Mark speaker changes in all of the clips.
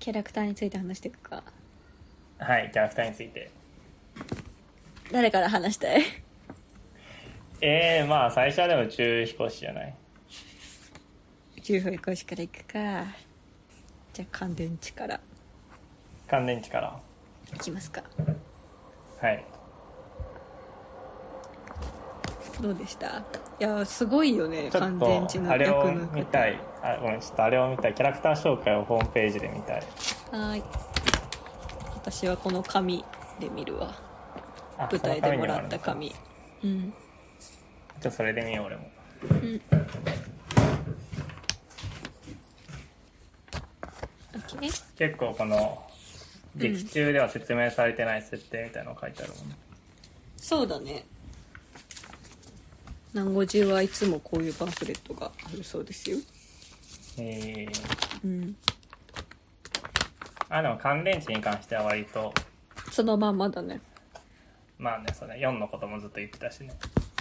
Speaker 1: キャラクターについて話していくか。
Speaker 2: はい、キャラクターについて。
Speaker 1: 誰から話したい？
Speaker 2: まあ最初はでも宇宙飛行士じゃない。
Speaker 1: 宇宙飛行士からいくか。じゃあ乾電池から
Speaker 2: 乾電池から
Speaker 1: いきますか。
Speaker 2: はい。
Speaker 1: どうでした？いやすごいよね。
Speaker 2: ちょっ
Speaker 1: 乾電池
Speaker 2: と
Speaker 1: の
Speaker 2: あれを
Speaker 1: 役の
Speaker 2: 見たい。ごめん、ちょっとあれを見たい。キャラクター紹介をホームページで見たい。
Speaker 1: はい。私はこの紙で見るわ。舞台でもらった紙。うん。
Speaker 2: じゃあそれで見よう俺も。
Speaker 1: うん。OK。
Speaker 2: 結構この劇中では説明されてない設定みたいなの書いてあるもんね。
Speaker 1: そうだね。南語中はいつもこういうパンフレットがあるそうですよ。
Speaker 2: うん。
Speaker 1: で
Speaker 2: も乾電池に関しては割と
Speaker 1: そのまんまだね。
Speaker 2: まあね、それ4のこともずっと言ってたしね。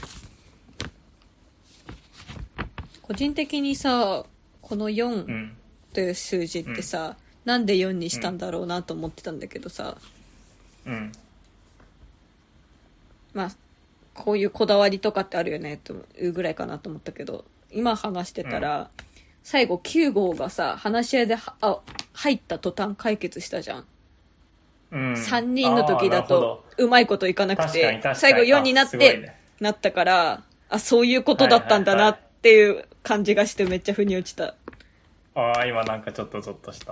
Speaker 1: 個人的にさ、この4という数字ってさ、なんで4にしたんだろうなと思ってたんだけどさ、まあこういうこだわりとかってあるよねというぐらいかなと思ったけど、今話してたら、最後9号がさ話し合いで入った途端解決したじゃん。3人の時だとうまいこといかなくて、最後4になって、なったから、そういうことだったんだなっていう感じがしてめっちゃ腑に落ちた。
Speaker 2: 今なんかちょっとゾッとした。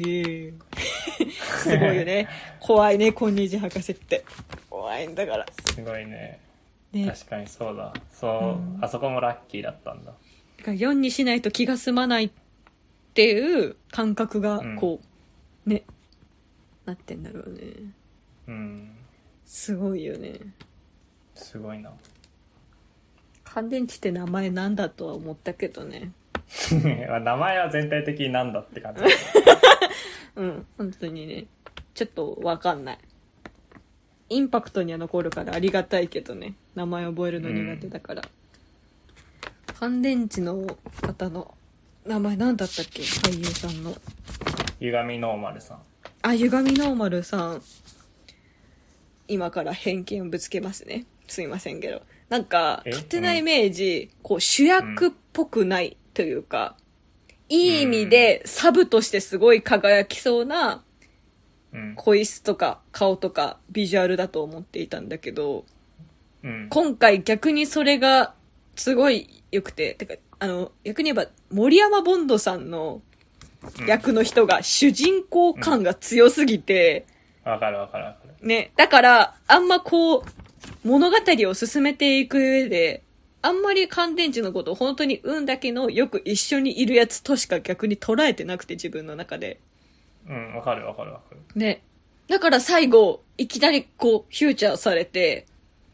Speaker 1: すごいよね。怖いね、コンニージ博士って。怖いんだから。
Speaker 2: すごいね。確かにそうだ。そう、あそこもラッキーだったんだ。
Speaker 1: だから4にしないと気が済まないっていう感覚がこう、ね、なってんだろうね。すごいよね。
Speaker 2: すごいな。
Speaker 1: 乾電池って名前なんだとは思ったけどね。
Speaker 2: 名前は全体的になんだって感じ。
Speaker 1: 本当にね、ちょっとわかんない。インパクトには残るからありがたいけどね、名前覚えるの苦手だから。乾電池の方の名前なんだったっけ、俳優さんの。
Speaker 2: ゆがみノーマルさん。
Speaker 1: ゆがみノーマルさん。今から偏見をぶつけますね。すいませんけど。なんか、勝手なイメージ、こう主役っぽくないというか、いい意味でサブとしてすごい輝きそうな、声質とか顔とかビジュアルだと思っていたんだけど、今回逆にそれがすごい良くて、てか逆に言えば森山ボンドさんの役の人が主人公感が強すぎて、
Speaker 2: わかる
Speaker 1: ね、だからあんまこう物語を進めていく上であんまり乾電池のことを本当に運だけのよく一緒にいるやつとしか逆に捉えてなくて、自分の中で。
Speaker 2: わかる。
Speaker 1: ね。だから最後いきなりこうフューチャーされて、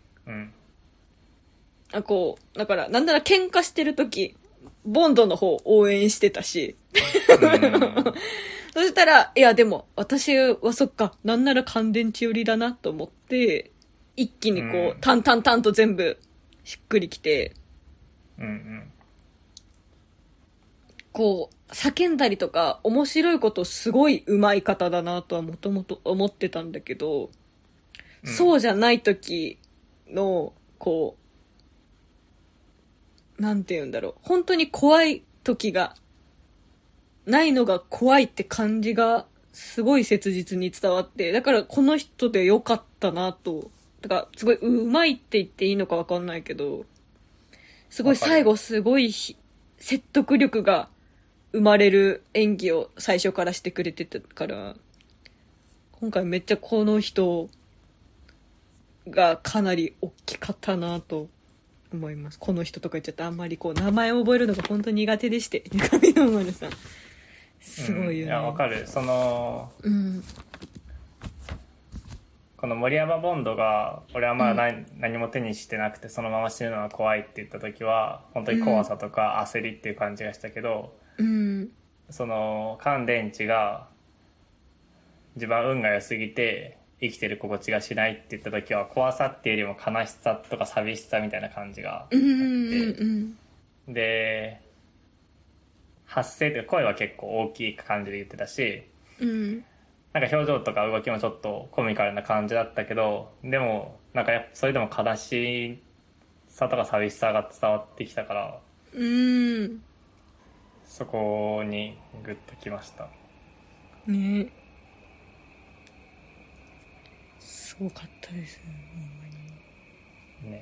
Speaker 1: こうだからなんなら喧嘩してる時ボンドの方応援してたしそしたら、いやでも私はそっか、なんなら乾電池寄りだなと思って一気にこう、タンタンタンと全部しっくりきて、こう叫んだりとか面白いことすごい上手い方だなとはもともと思ってたんだけど、そうじゃない時のこうなんて言うんだろう、本当に怖い時がないのが怖いって感じがすごい切実に伝わって、だからこの人でよかったなと。だからすごい上手いって言っていいのか分かんないけど、すごい最後すごい説得力が生まれる演技を最初からしてくれてたから、今回めっちゃこの人がかなり大きかったなと思います。この人とか言っちゃってあんまりこう名前を覚えるのが本当に苦手でして、ゆかみのまるさんすごいよね。
Speaker 2: いやわかる。この森山ボンドが俺はまだ何も手にしてなくてそのまま死ぬのは怖いって言った時は本当に怖さとか焦りっていう感じがしたけど、その乾電池が自分は運が良すぎて生きてる心地がしないって言った時は怖さっていうよりも悲しさとか寂しさみたいな感じがあって、で発声というか声は結構大きい感じで言ってたし、
Speaker 1: うん、
Speaker 2: なんか表情とか動きもちょっとコミカルな感じだったけど、でもなんかやっぱそれでも悲しさとか寂しさが伝わってきたから、
Speaker 1: うん、
Speaker 2: そこにグッときました。
Speaker 1: ね。すごかったです
Speaker 2: ね。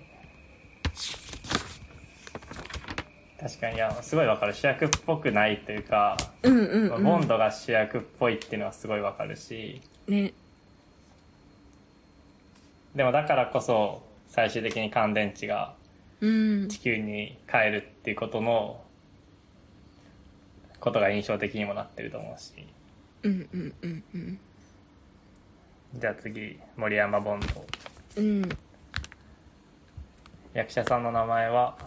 Speaker 2: 確かに、いや、すごいわかる。主役っぽくないというか、
Speaker 1: うんうんうん、
Speaker 2: ボンドが主役っぽいっていうのはすごいわかるし、
Speaker 1: ね。
Speaker 2: でもだからこそ最終的に乾電池が
Speaker 1: うん、
Speaker 2: 地球に帰るっていうことが印象的にもなってると思うし。
Speaker 1: うんうんうんうん。
Speaker 2: じゃあ次、森山ボンド。
Speaker 1: うん。
Speaker 2: 役者さんの名前は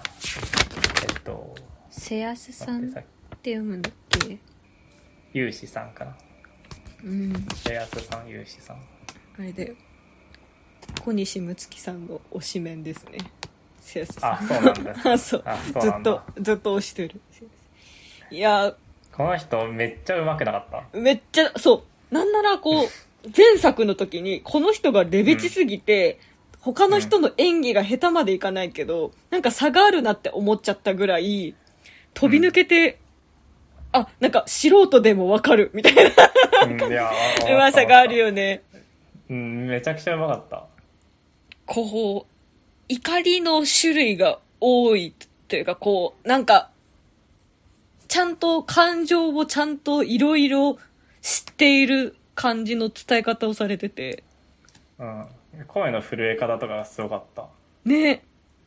Speaker 1: 瀬安さんって読むんだっけ？
Speaker 2: 有志さんかな。
Speaker 1: うん。
Speaker 2: 瀬安さん、有志さん。
Speaker 1: あれだよ。小西睦月さんの推しメンですね。瀬安さん。
Speaker 2: あ、そうなんだ。
Speaker 1: あ、そう。ずっと推してる。いや、
Speaker 2: この人めっちゃ上手くなかった？
Speaker 1: めっちゃ、そう。なんならこう、前作の時にこの人がレベチすぎて、他の人の演技が下手までいかないけど、なんか差があるなって思っちゃったぐらい、飛び抜けて、なんか素人でもわかるみたいな、
Speaker 2: いや、
Speaker 1: うまさがあるよね。
Speaker 2: めちゃくちゃ上手かった。
Speaker 1: こう、怒りの種類が多いというか、こう、なんか、ちゃんと感情をちゃんといろいろ知っている感じの伝え方をされてて。
Speaker 2: うん。声の震え方とかがすごかった。
Speaker 1: ね。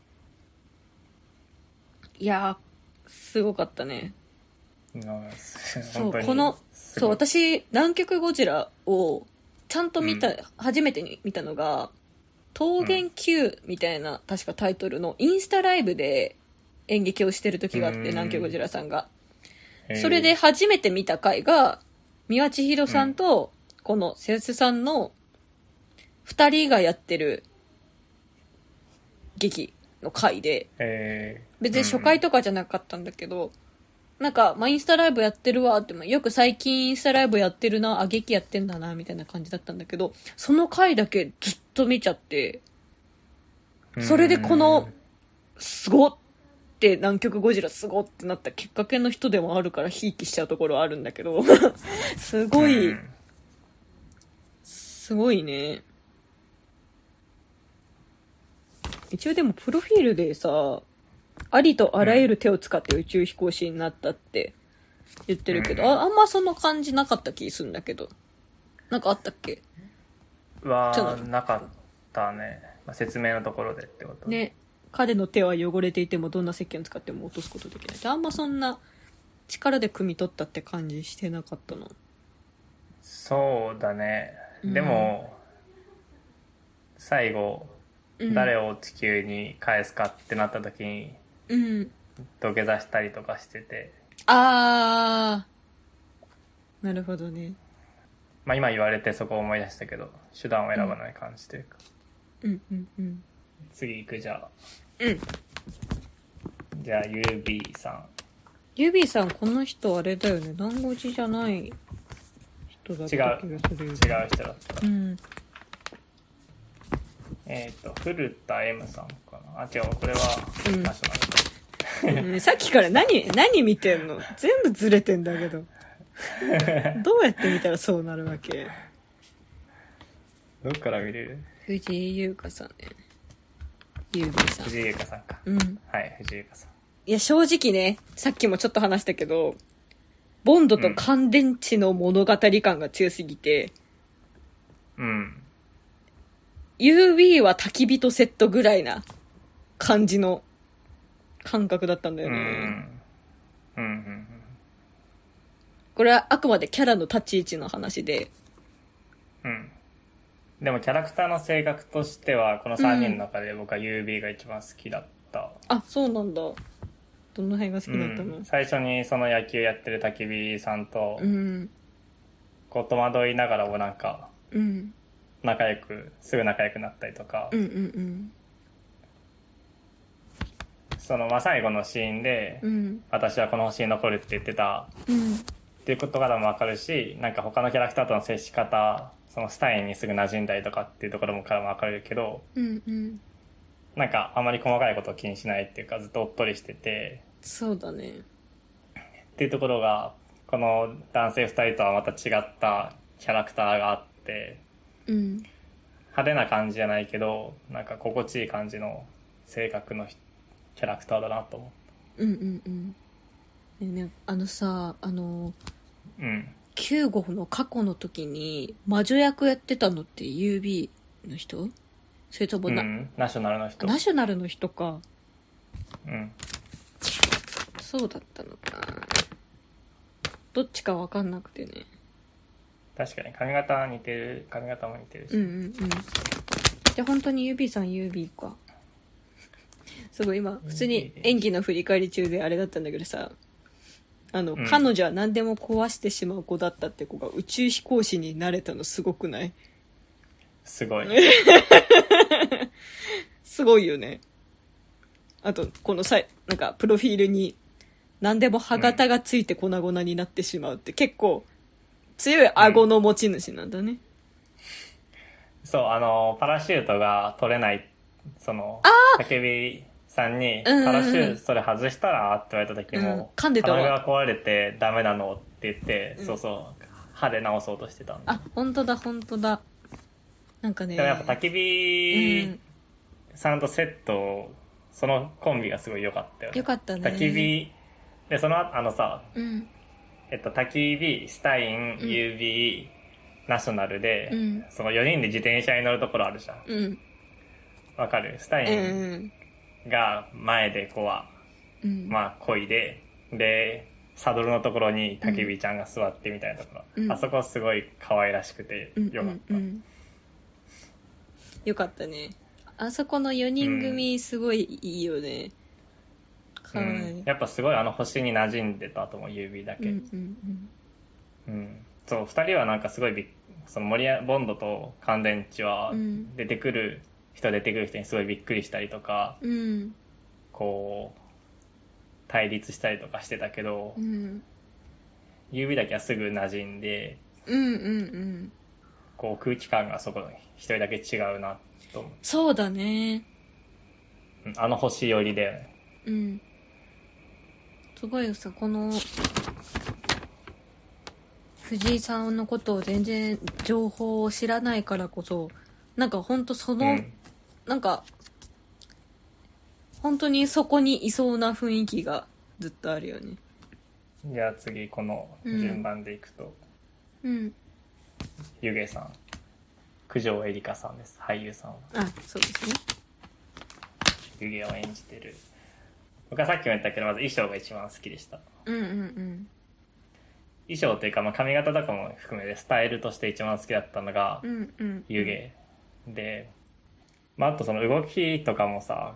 Speaker 1: いやー、すごかったね。そう、そう、私、南極ゴジラをちゃんと初めてに見たのが、桃源 Q みたいな、確かタイトルのインスタライブで演劇をしてる時があって、南極ゴジラさんが。それで初めて見た回が、三輪千尋さんと、この瀬瀬さんの二人がやってる劇の回で、別に初回とかじゃなかったんだけど、なんか、インスタライブやってるわって、よく最近インスタライブやってるな、劇やってんだな、みたいな感じだったんだけど、その回だけずっと見ちゃって、それでこの、すごって南極ゴジラすごってなったきっかけの人でもあるからひいきしちゃうところはあるんだけどすごい、すごいね。一応でもプロフィールでさ、ありとあらゆる手を使って宇宙飛行士になったって言ってるけど、あんまその感じなかった気するんだけど、なんかあったっけ？
Speaker 2: なかったね。説明のところでってこと
Speaker 1: ね。彼の手は汚れていてもどんな石鹸を使っても落とすことできない。あんまそんな力で汲み取ったって感じしてなかったの。
Speaker 2: そうだね。でも、最後、誰を地球に返すかってなった時に、土下座したりとかしてて。
Speaker 1: なるほどね。
Speaker 2: 今言われてそこを思い出したけど、手段を選ばない感じというか。次行く、じゃあ。じゃあ、ユービーさん。
Speaker 1: ユービーさん、この人あれだよね。団子寺じゃない人だった気がする。
Speaker 2: 違う人だった。古田 M さんかな。違う、これはナショナル。
Speaker 1: さっきから何見てんの？全部ずれてんだけど。どうやって見たらそうなるわけ？
Speaker 2: どっから見れる？
Speaker 1: 藤井優香さんね。ユービーさん。
Speaker 2: 藤井優香さんか。はい、藤井優香さん。
Speaker 1: いや、正直ね、さっきもちょっと話したけど、ボンドと乾電池の物語感が強すぎて、UB は焚き火とセットぐらいな感じの感覚だったんだよね。これはあくまでキャラの立ち位置の話で。
Speaker 2: でもキャラクターの性格としては、この3人の中で僕は UB が一番好きだった。
Speaker 1: そうなんだ。どの辺が好きだったの？
Speaker 2: 最初にその野球やってる焚き火さんと、こう戸惑いながらもなんか、すぐ仲良くなったりとか、その最後のシーンで、私はこの星に残るって言ってたっていうことからも分かるし、なんか他のキャラクターとの接し方、そのスタインにすぐ馴染んだりとかっていうところもからも分かるけど、
Speaker 1: うんうん。
Speaker 2: なんかあまり細かいことを気にしないっていうか、ずっとおっとりしてて
Speaker 1: そうだね。
Speaker 2: っていうところが、この男性2人とはまた違ったキャラクターがあって、
Speaker 1: うん。
Speaker 2: 派手な感じじゃないけど、なんか心地いい感じの性格のキャラクターだなと思
Speaker 1: うんうんうん。ね、さ、
Speaker 2: う。うん。
Speaker 1: 9号の過去の時に魔女役やってたのって UB の人？それとも
Speaker 2: ナショナルの人。
Speaker 1: ナショナルの人か。
Speaker 2: うん。
Speaker 1: そうだったのか。どっちか分かんなくてね。
Speaker 2: 確かに髪型も似てるし。
Speaker 1: うんうんうん。じゃあ本当に UB さん UB か。すごい今、普通に演技の振り返り中であれだったんだけどさ、彼女は何でも壊してしまう子だったって子が宇宙飛行士になれたのすごくない？
Speaker 2: すごい。
Speaker 1: すごいよね。あと、このなんか、プロフィールに、何でも歯型がついて粉々になってしまうって、結構、強い顎の持ち主なんだね。
Speaker 2: そう、パラシュートが取れない、竹火さんに、パラシュートそれ外したらって言われた時も、
Speaker 1: 噛んでたわ。
Speaker 2: 鼻が壊れてダメなのって言って、そうそう、歯で直そうとしてたんだ。
Speaker 1: あ、本当だ。なんかね。
Speaker 2: でもやっぱ焚き火さんとセット、そのコンビがすごい良かったよね。
Speaker 1: 良かったね。
Speaker 2: 焚き火、で、焚き火、スタイン、UB、ナショナルで、その4人で自転車に乗るところあるじゃん。わかる？スタインが前でまあ、漕いで、で、サドルのところに焚き火ちゃんが座ってみたいなところ。あそこすごい可愛らしくてよかった。
Speaker 1: よかったね。あそこの4人組すごいいいよね。
Speaker 2: かわいい。やっぱすごい星に馴染んでたと思う、指だけ。そう、2人はなんかすごいそのボンドと乾電池は出てくる人にすごいびっくりしたりとか、こう、対立したりとかしてたけど、指だけはすぐ馴染んで、こう空気感がそこの一人だけ違うなと思う。
Speaker 1: そうだね。
Speaker 2: 星寄りで、
Speaker 1: すごいさ、この藤井さんのことを全然情報を知らないからこそ、なんかほんとなんか本当にそこにいそうな雰囲気がずっとあるよね。
Speaker 2: じゃあ次この順番でいくと、湯気さん、九条エリカさんです、俳優さんは。
Speaker 1: あ、そうですね。
Speaker 2: 湯気を演じてる。僕はさっきも言ったけど、まず衣装が一番好きでした。衣装というか、まあ、髪型とかも含めてスタイルとして一番好きだったのが湯気で、まあ、あとその動きとかもさ、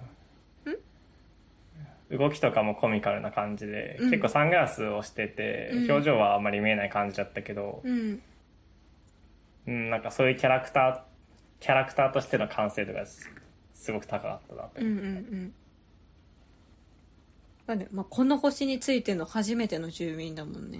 Speaker 2: 動きとかもコミカルな感じで、結構サングラスをしてて、表情はあんまり見えない感じだったけど、なんかそういうキャラクターとしての完成度がすごく高かったなと思った。
Speaker 1: まあ、この星についての初めての住民だもんね。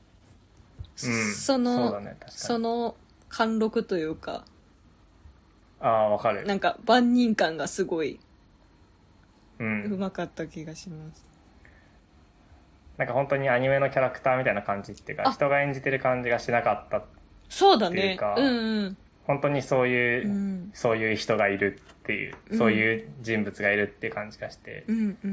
Speaker 2: そうだね、確かに。
Speaker 1: その貫禄というか、
Speaker 2: わかる。
Speaker 1: なんか万人感がすごいうまかった気がします。
Speaker 2: なんか本当にアニメのキャラクターみたいな感じっていうか、人が演じてる感じがしなかったっていうか、
Speaker 1: そうだね。
Speaker 2: 本当にそういう人がいるっていう、そういう人物がいるっていう感じがして、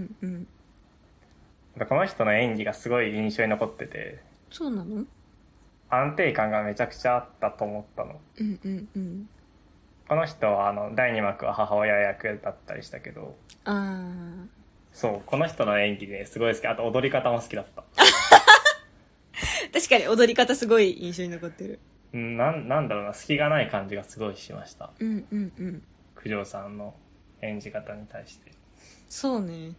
Speaker 2: この人の演技がすごい印象に残ってて。
Speaker 1: そうなの？
Speaker 2: 安定感がめちゃくちゃあったと思ったの。この人は第2幕は母親役だったりしたけど、そう、この人の演技ですごい好き。あと踊り方も好きだった。
Speaker 1: 確かに踊り方すごい印象に残ってる。
Speaker 2: なんだろうな、隙がない感じがすごいしました。九条さんの演じ方に対して。
Speaker 1: そうね。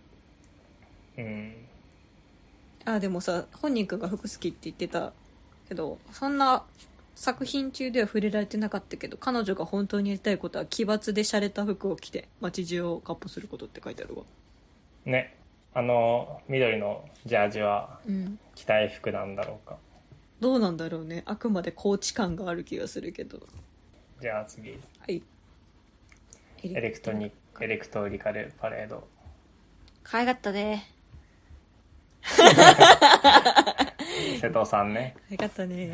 Speaker 1: でもさ、本人くんが服好きって言ってたけど、そんな作品中では触れられてなかったけど、彼女が本当にやりたいことは奇抜で洒落た服を着て街中をかっ歩することって書いてあるわ
Speaker 2: ね。緑のジャージは着たい服なんだろうか。
Speaker 1: どうなんだろうね。あくまでコーチ感がある気がするけど。
Speaker 2: じゃあ次。
Speaker 1: はい。
Speaker 2: エレクトリカルパレード。
Speaker 1: 可愛かったね。
Speaker 2: 瀬戸さんね。
Speaker 1: 可愛かったね。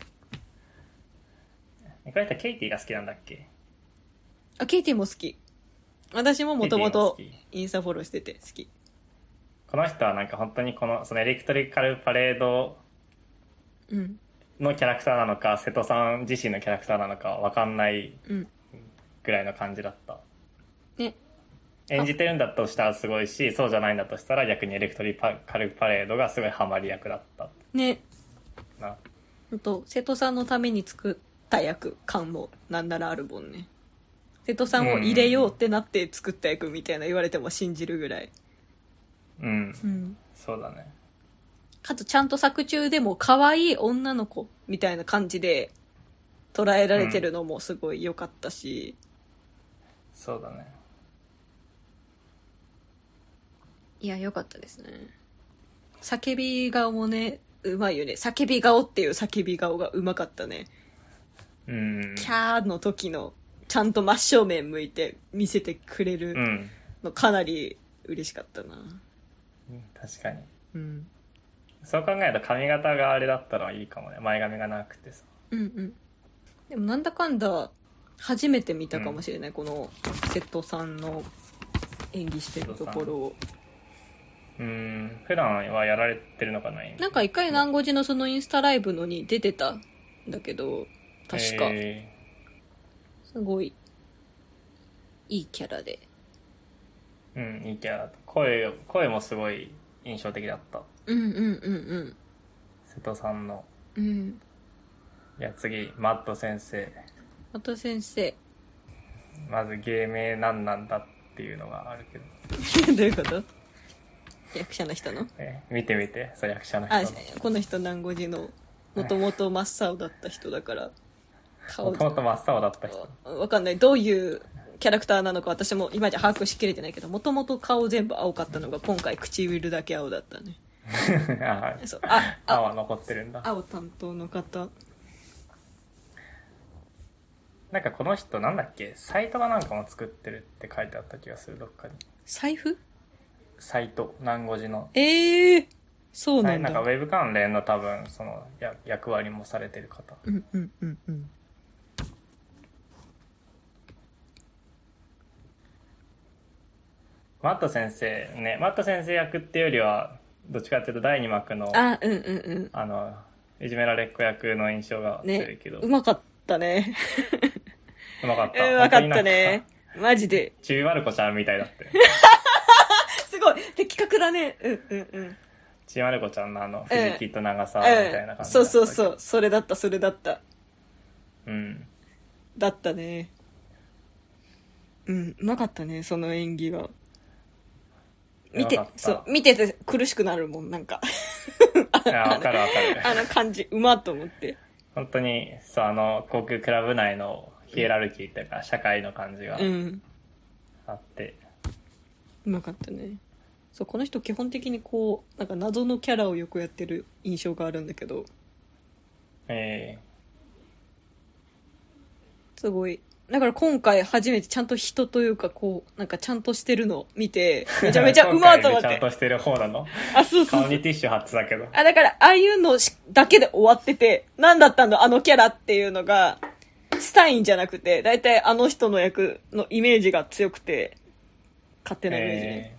Speaker 2: これってケイティが好きなんだっけ？
Speaker 1: あ、ケイティも好き。私ももともとインスタフォローしてて好き。
Speaker 2: この人はなんか本当にそのエレクトリカルパレードのキャラクターなのか、瀬戸さん自身のキャラクターなのか分かんないぐらいの感じだった。
Speaker 1: ね。
Speaker 2: 演じてるんだとしたらすごいし、そうじゃないんだとしたら逆にエレクトリカルパレードがすごいハマり役だった
Speaker 1: ね。
Speaker 2: な。
Speaker 1: 瀬戸さんのために作った役感もなんならあるもんね。瀬戸さんを入れようってなって作った役みたいな言われても信じるぐらい。
Speaker 2: そうだね。
Speaker 1: かつちゃんと作中でも可愛い女の子みたいな感じで捉えられてるのもすごい良かったし、
Speaker 2: そうだね。
Speaker 1: いや良かったですね。叫び顔もねうまいよね。叫び顔っていう叫び顔がうまかったね。キャーの時のちゃんと真正面向いて見せてくれるのかなり嬉しかったな。
Speaker 2: 確かに。そう考えると髪型があれだったらいいかもね。前髪がなくてさ。
Speaker 1: でもなんだかんだ初めて見たかもしれない、この瀬戸さんの演技してるところを。
Speaker 2: 普段はやられてるのかな。
Speaker 1: なんか一回南語寺のそのインスタライブのに出てたんだけど、確か、すごいいいキャラで。
Speaker 2: いいキャラだった。声もすごい印象的だった。瀬戸さんの。じゃあ次、マット先生。
Speaker 1: マット先生。
Speaker 2: まず芸名何なんだっていうのがあるけど。
Speaker 1: どういうこと？役者の人の？
Speaker 2: 見てみて、そう役者の人の。
Speaker 1: この人南語寺のもともと真っ青だった人だから。
Speaker 2: もともと真っ青だった人。
Speaker 1: わかんない。どういうキャラクターなのか私も今じゃ把握しきれてないけど、もともと顔全部青かったのが今回唇だけ青だったね。
Speaker 2: 青は残ってるんだ。
Speaker 1: 青担当の方。
Speaker 2: なんかこの人なんだっけ、サイトがなんかも作ってるって書いてあった気がする、どっかに。
Speaker 1: 財布？
Speaker 2: サイト、南語寺の。
Speaker 1: そうなんだ。
Speaker 2: なんかウェブ関連の多分その役割もされてる方。マット先生ね、マット先生役っていうよりはどっちかっていうと第2幕のいじめられっ子役の印象が強いけど、
Speaker 1: うまかったね。
Speaker 2: うまかった。
Speaker 1: うまかったね。マジで。
Speaker 2: ちびまる子ちゃんみたいだって。
Speaker 1: すごい的確だね。
Speaker 2: ちびまる子ちゃんの藤木と長澤みたいな感じだった。
Speaker 1: そう。それだった。だったね。うまかったね、その演技が。見てて苦しくなるもん、なんか。
Speaker 2: わかる。
Speaker 1: あの感じ、うまっと思って。
Speaker 2: 本当に、航空クラブ内のヒエラルキーっていうか、社会の感じがあって。
Speaker 1: うまかったね。この人基本的になんか謎のキャラをよくやってる印象があるんだけど。すごい。だから今回初めてちゃんと人というかなんかちゃんとしてるのを見て、めちゃめちゃうまいと思って。
Speaker 2: ちゃんとしてる方なの？
Speaker 1: そう。
Speaker 2: 顔にティッシュ貼ってたけど。
Speaker 1: だからああいうのだけで終わってて、何だったのあのキャラっていうのが、スタインじゃなくて、だいたいあの人の役のイメージが強くて、勝手なイメージね。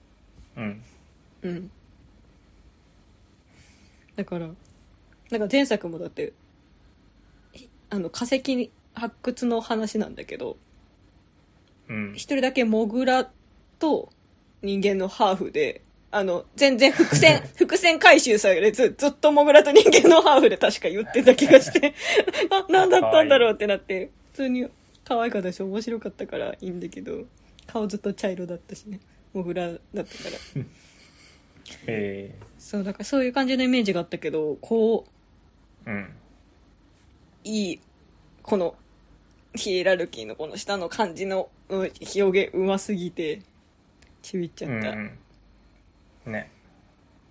Speaker 1: だから、なんか前作もだって、化石発掘の話なんだけど、一人だけモグラと人間のハーフで、全然伏線回収されず、ずっとモグラと人間のハーフで確か言ってた気がして、なんだったんだろうってなって、普通に可愛かったし面白かったからいいんだけど、顔ずっと茶色だったしね、モグラだったから。そう、だからそういう感じのイメージがあったけど、いい、この、ヒエラルキーのこの下の感じの表現うますぎてちびっちゃった。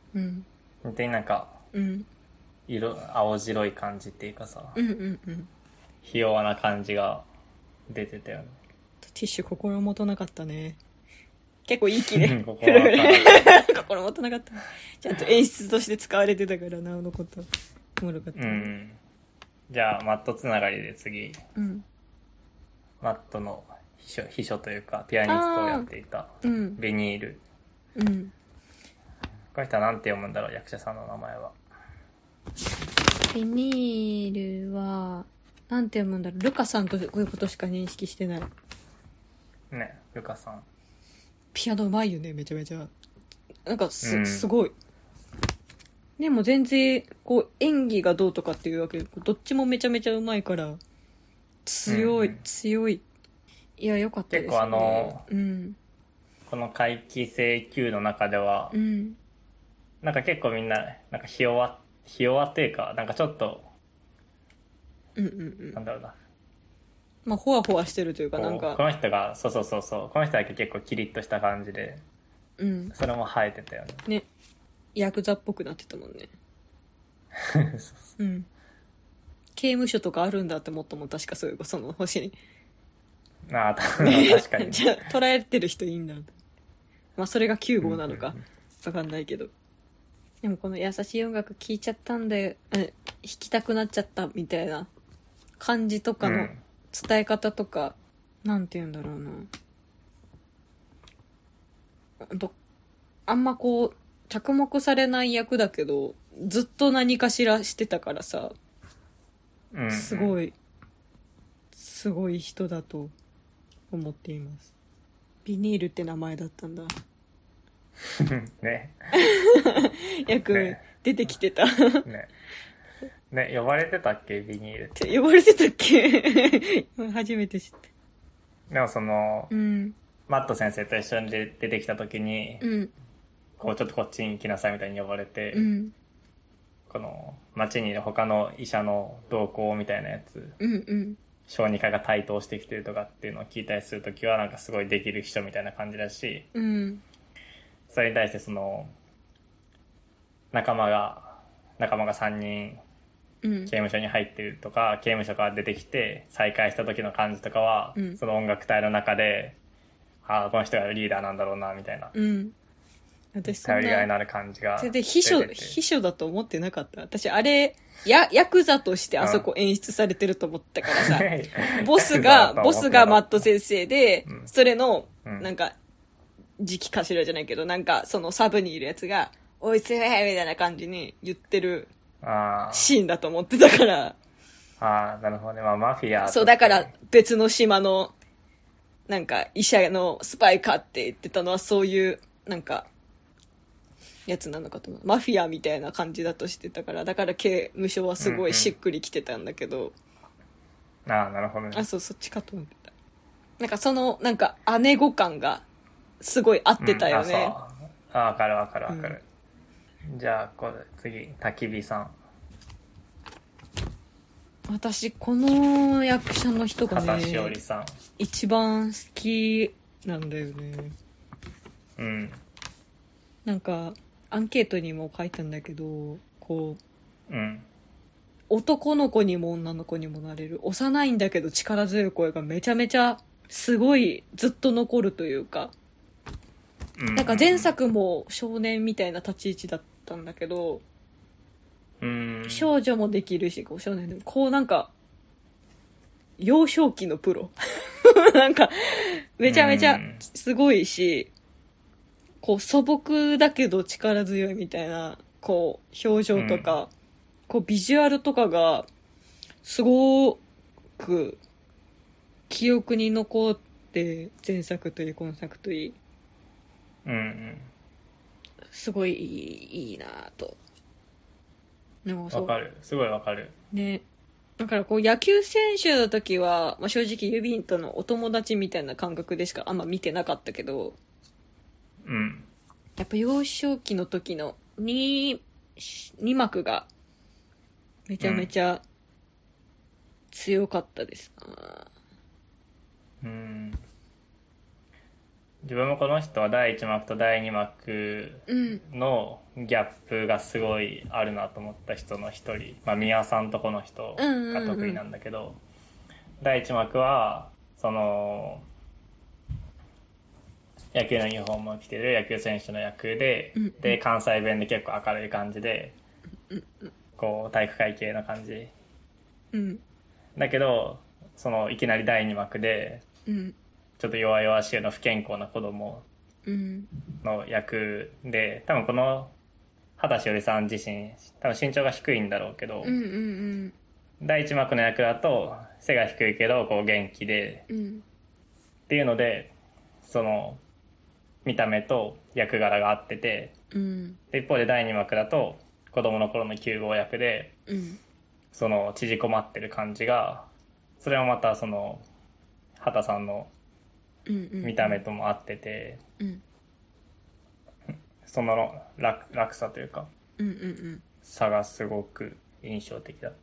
Speaker 2: ね。本当になんか、 青白い感じっていうかさ、
Speaker 1: うんうんうん。
Speaker 2: ひ弱な感じが出てたよね。
Speaker 1: ティッシュ心もとなかったね。結構いい気で。
Speaker 2: 心もとなかっ
Speaker 1: 心もとなかった。ちゃんと演出として使われてたからな、あのこと。おもろかった。
Speaker 2: うん。じゃあ、マットつながりで次。
Speaker 1: うん。
Speaker 2: マットの秘書というか、ピアニストをやっていた、
Speaker 1: うん。
Speaker 2: ベニール。
Speaker 1: うん。
Speaker 2: この人はなんて読むんだろう、役者さんの名前は。
Speaker 1: ビニールは、なんて読むんだろう。ルカさんとこういうことしか認識してない。
Speaker 2: ね、ルカさん。
Speaker 1: ピアノうまいよね、めちゃめちゃ。なんか
Speaker 2: うん、
Speaker 1: すごい。でも全然、こう、演技がどうとかっていうわけで、どっちもめちゃめちゃうまいから、強い、
Speaker 2: うんうん、
Speaker 1: 強い。いや、よかったですね。うん。
Speaker 2: この怪奇性級の中では、
Speaker 1: うん。
Speaker 2: なんか結構みんな、なんかひ弱っていうか、なんかちょっと、
Speaker 1: うんうんうん。
Speaker 2: なんだろうな。
Speaker 1: まあ、ほわほわしてるというか、なんか、
Speaker 2: この人が、そうそうそうそう、この人だけ結構キリッとした感じで、
Speaker 1: うん。
Speaker 2: それも生えてたよね。
Speaker 1: ね。ヤクザっぽくなってたもんね。うん。刑務所とかあるんだって思ったもん、確かそういう、その星に。
Speaker 2: ああ、確かにね。
Speaker 1: じゃあ、捉えてる人いいんだ。まあ、それが9
Speaker 2: うんうん
Speaker 1: 号なのか。わかんないけど。でもこの優しい音楽聴いちゃったんだよ、弾きたくなっちゃったみたいな感じとかの伝え方とか、なんて言うんだろうな。あんまこう、着目されない役だけど、ずっと何かしらしてたからさ、
Speaker 2: うん、うん、
Speaker 1: すごい、すごい人だと思っています。ビニールって名前だったんだ。
Speaker 2: ね。
Speaker 1: 役、
Speaker 2: ね。
Speaker 1: 出てきてた。
Speaker 2: ね。ね、呼ばれてたっけビニールっ
Speaker 1: っ
Speaker 2: て。
Speaker 1: て呼ばれてたっけ初めて知った。
Speaker 2: でもその、
Speaker 1: うん。
Speaker 2: マット先生と一緒に出てきた時に、
Speaker 1: うん。
Speaker 2: こうちょっとこっちに来なさいみたいに呼ばれて、
Speaker 1: うん。
Speaker 2: この街にいる他の医者の動向みたいなやつ、
Speaker 1: うんうん。
Speaker 2: 小児科が台頭してきてるとかっていうのを聞いたりするときはなんかすごいできる人みたいな感じだし、
Speaker 1: うん。
Speaker 2: それに対してその仲間が3人
Speaker 1: うん。
Speaker 2: 刑務所に入ってるとか、刑務所から出てきて再会した時の感じとかは、
Speaker 1: うん。
Speaker 2: その音楽隊の中で、ああ、この人がリーダーなんだろうな、みたいな。
Speaker 1: うん。私そんな、
Speaker 2: 頼りがいのある感じが
Speaker 1: 全然
Speaker 2: 出てて。
Speaker 1: 秘書だと思ってなかった。私、あれ、ヤクザとしてあそこ演出されてると思ったからさ、ボスがマット先生で、
Speaker 2: うん、
Speaker 1: それの、
Speaker 2: うん、
Speaker 1: なんか、次期頭じゃないけど、なんか、そのサブにいるやつが、おいつめみたいな感じに言ってるシーンだと思ってたから。
Speaker 2: ああ、なるほどね。まあ、マフィア、
Speaker 1: そう、だから別の島の、なんか、医者のスパイかって言ってたのはそういう、なんか、やつなのかと思う。マフィアみたいな感じだとしてたから、だから刑務所はすごいしっくりきてたんだけど。
Speaker 2: ああ、なるほどね。
Speaker 1: あ、そう、そっちかと思ってた。なんかその、なんか姉御感がすごい合ってたよね。
Speaker 2: あ、わかるわかるわかる。じゃあ、次、焚き火さん。
Speaker 1: 私、この役者の人が
Speaker 2: 笠し
Speaker 1: ね
Speaker 2: おりさん。
Speaker 1: 一番好きなんだよね。
Speaker 2: うん。
Speaker 1: なんか、アンケートにも書いたんだけど、こ
Speaker 2: うん。
Speaker 1: う、男の子にも女の子にもなれる、幼いんだけど力強い声がめちゃめちゃ、すごいずっと残るというか、なんか前作も少年みたいな立ち位置だったんだけど、少女もできるし、少年でも、こうなんか、幼少期のプロ。なんか、めちゃめちゃすごいし、こう素朴だけど力強いみたいな、こう、表情とか、こうビジュアルとかが、すごく、記憶に残って、前作といい、今作といい。すごいいいなぁと。
Speaker 2: わかる。すごいわかる。
Speaker 1: ね。だからこう野球選手の時は、まあ、正直ユビンとのお友達みたいな感覚でしかあんま見てなかったけど、やっぱ幼少期の時の2幕がめちゃめちゃ強かったですな。
Speaker 2: 自分もこの人は第1幕と第2幕のギャップがすごいあるなと思った人の一人、まあ、宮さんとこの人が得意なんだけど、第1幕はその野球のユニフォームを着てる野球選手の役で、で関西弁で結構明るい感じで、こう体育会系な感じ、だけどそのいきなり第2幕で、ちょっと弱々しいの不健康な子供の役で、多分この畑しおりさん自身多分身長が低いんだろうけど、第1幕の役だと背が低いけどこう元気で、っていうのでその見た目と役柄が合ってて、で一方で第2幕だと子供の頃の9号役で、その縮こまってる感じが、それはまたその畑さんの見た目とも合ってて、その落差というか、差がすごく印象的だった。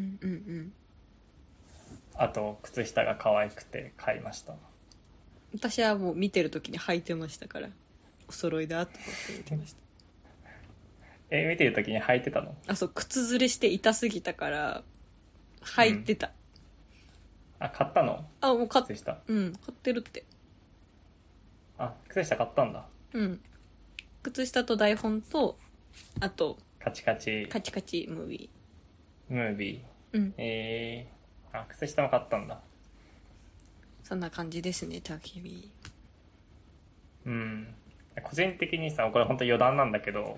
Speaker 2: あと靴下が可愛くて買いました。
Speaker 1: 私はもう見てる時に履いてましたから、お揃いだと思って見てました。
Speaker 2: 見てる時に履いてたの？
Speaker 1: あ、そう、靴ずれして痛すぎたから履いてた。
Speaker 2: あ、買ったの？
Speaker 1: あ、もう
Speaker 2: 靴下。
Speaker 1: 買ってるって。
Speaker 2: あ、靴下買ったんだ。
Speaker 1: 靴下と台本と、あと
Speaker 2: カチカチ
Speaker 1: ムービ
Speaker 2: ー。あ、靴下も買ったんだ。
Speaker 1: そんな感じですね、焚き火。
Speaker 2: 個人的にさ、これ本当余談なんだけど、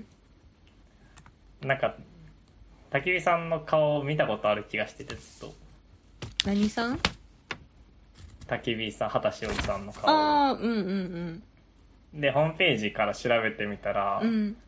Speaker 2: なんか焚き火さんの顔を見たことある気がしてて、ずっと。
Speaker 1: 何さん？
Speaker 2: 焚き火さん、畑しおりさんの顔。でホームページから調べてみたら、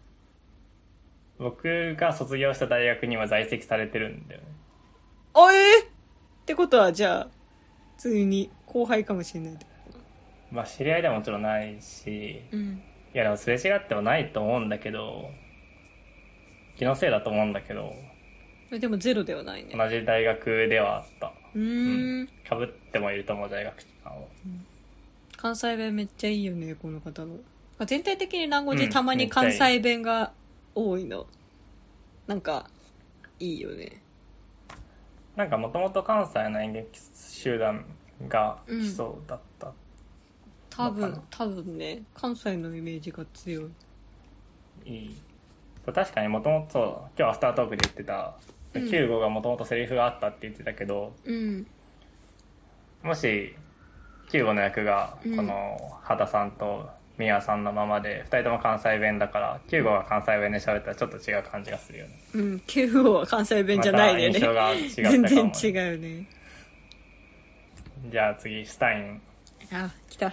Speaker 2: 僕が卒業した大学には在籍されてるんだよね。
Speaker 1: ってことはじゃあ普通に後輩かもしれない。
Speaker 2: まあ知り合いではもちろんないし、いやでもすれ違ってもないと思うんだけど、気のせいだと思うんだけど、
Speaker 1: でもゼロではないね。
Speaker 2: 同じ大学ではあった。かぶってもいると思う、大学時間を。
Speaker 1: 関西弁めっちゃいいよね、この方の。全体的に南国でたまに関西弁が多いの、なんかいいよね。
Speaker 2: なんかもともと関西の演劇集団が来そうだった、
Speaker 1: 多分ね、関西のイメージが強い。
Speaker 2: 確かにもともと今日アフタートークで言ってた、9号がもともとセリフがあったって言ってたけど、もし9号の役がこの畑さんと宮さんのままで2人とも関西弁だから、9号が関西弁で喋ったらちょっと違う感じがするよね。
Speaker 1: 9号は関西弁じゃないよね。
Speaker 2: また印象が違ったかも、ね、
Speaker 1: 全然違うね。
Speaker 2: じゃあ次スタイン。
Speaker 1: 来た。い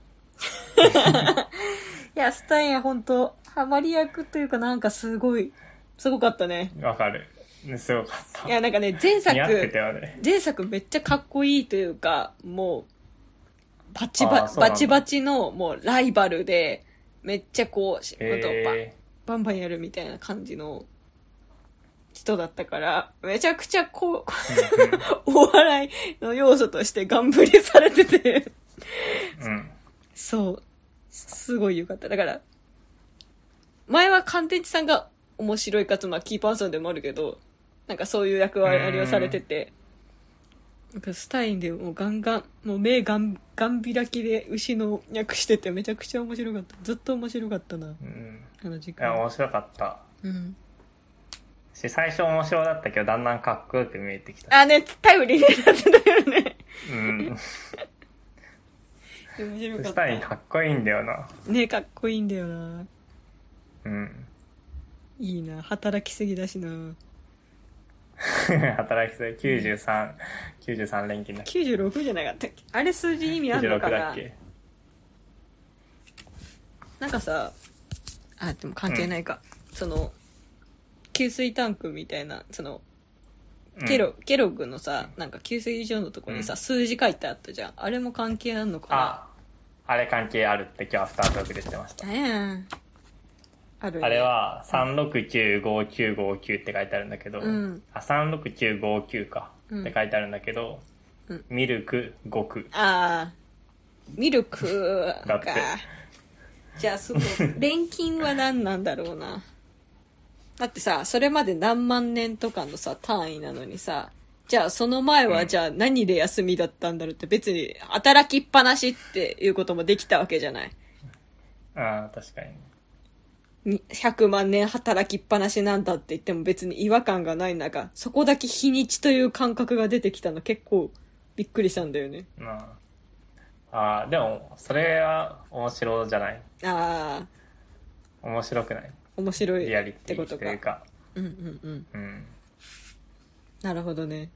Speaker 1: や、スタインは本当ハマり役というか、なんかすごかったね。
Speaker 2: わかる、すごかった。
Speaker 1: いや、なんかね、前作めっちゃかっこいいというか、もうバチバチのもうライバルで、めっちゃこう仕事をバンバンやるみたいな感じの人だったから、めちゃくちゃこうお笑いの要素としてガンブリされててそうすごい良かった。だから前は乾天地さんが面白いかつ、キーパーソンでもあるけど、なんかそういう役割をされてて、なんかスタインでもうガンガン、もう目ガン開きで牛の役してて、めちゃくちゃ面白かった。ずっと面白かったな、あの時間。
Speaker 2: いや面白かった。最初面白だったけど、だんだんかっこよく見えてきた。
Speaker 1: タイムリーになってたよね。面白かった。
Speaker 2: スタインかっこいいんだよな。
Speaker 1: かっこいいんだよな。いいな、働きすぎだしな。
Speaker 2: 働きすぎ。93連勤だっけ。
Speaker 1: 96じゃなかったっけ。あれ数字意味あるのかな。96だっけ。なんかさ、でも関係ないか、その給水タンクみたいな、そのケロッグのさ、なんか給水所のところにさ、数字書いてあったじゃん。あれも関係あんのかな。
Speaker 2: あれ関係あるって今日アフタートークで言ってました。
Speaker 1: あるね。
Speaker 2: あれは3695959って書いてあるんだけど、36959かって書いてあるんだけど、ミルク5区。
Speaker 1: ミルクか。
Speaker 2: だって。
Speaker 1: じゃあその錬金は何なんだろうな。だってさ、それまで何万年とかのさ単位なのにさ、じゃあその前はじゃあ何で休みだったんだろうって、別に働きっぱなしっていうこともできたわけじゃない。
Speaker 2: ああ、確か
Speaker 1: に100万年働きっぱなしなんだって言っても別に違和感がない中、そこだけ日にちという感覚が出てきたの結構びっくりしたんだよね。
Speaker 2: に。ああ、でも、それは面白じゃない？
Speaker 1: ああ、
Speaker 2: 面白くない？
Speaker 1: 面白い
Speaker 2: リアリ
Speaker 1: っ
Speaker 2: ティ
Speaker 1: てことか。
Speaker 2: というか。
Speaker 1: うんうんうん。
Speaker 2: うん。
Speaker 1: なるほどね。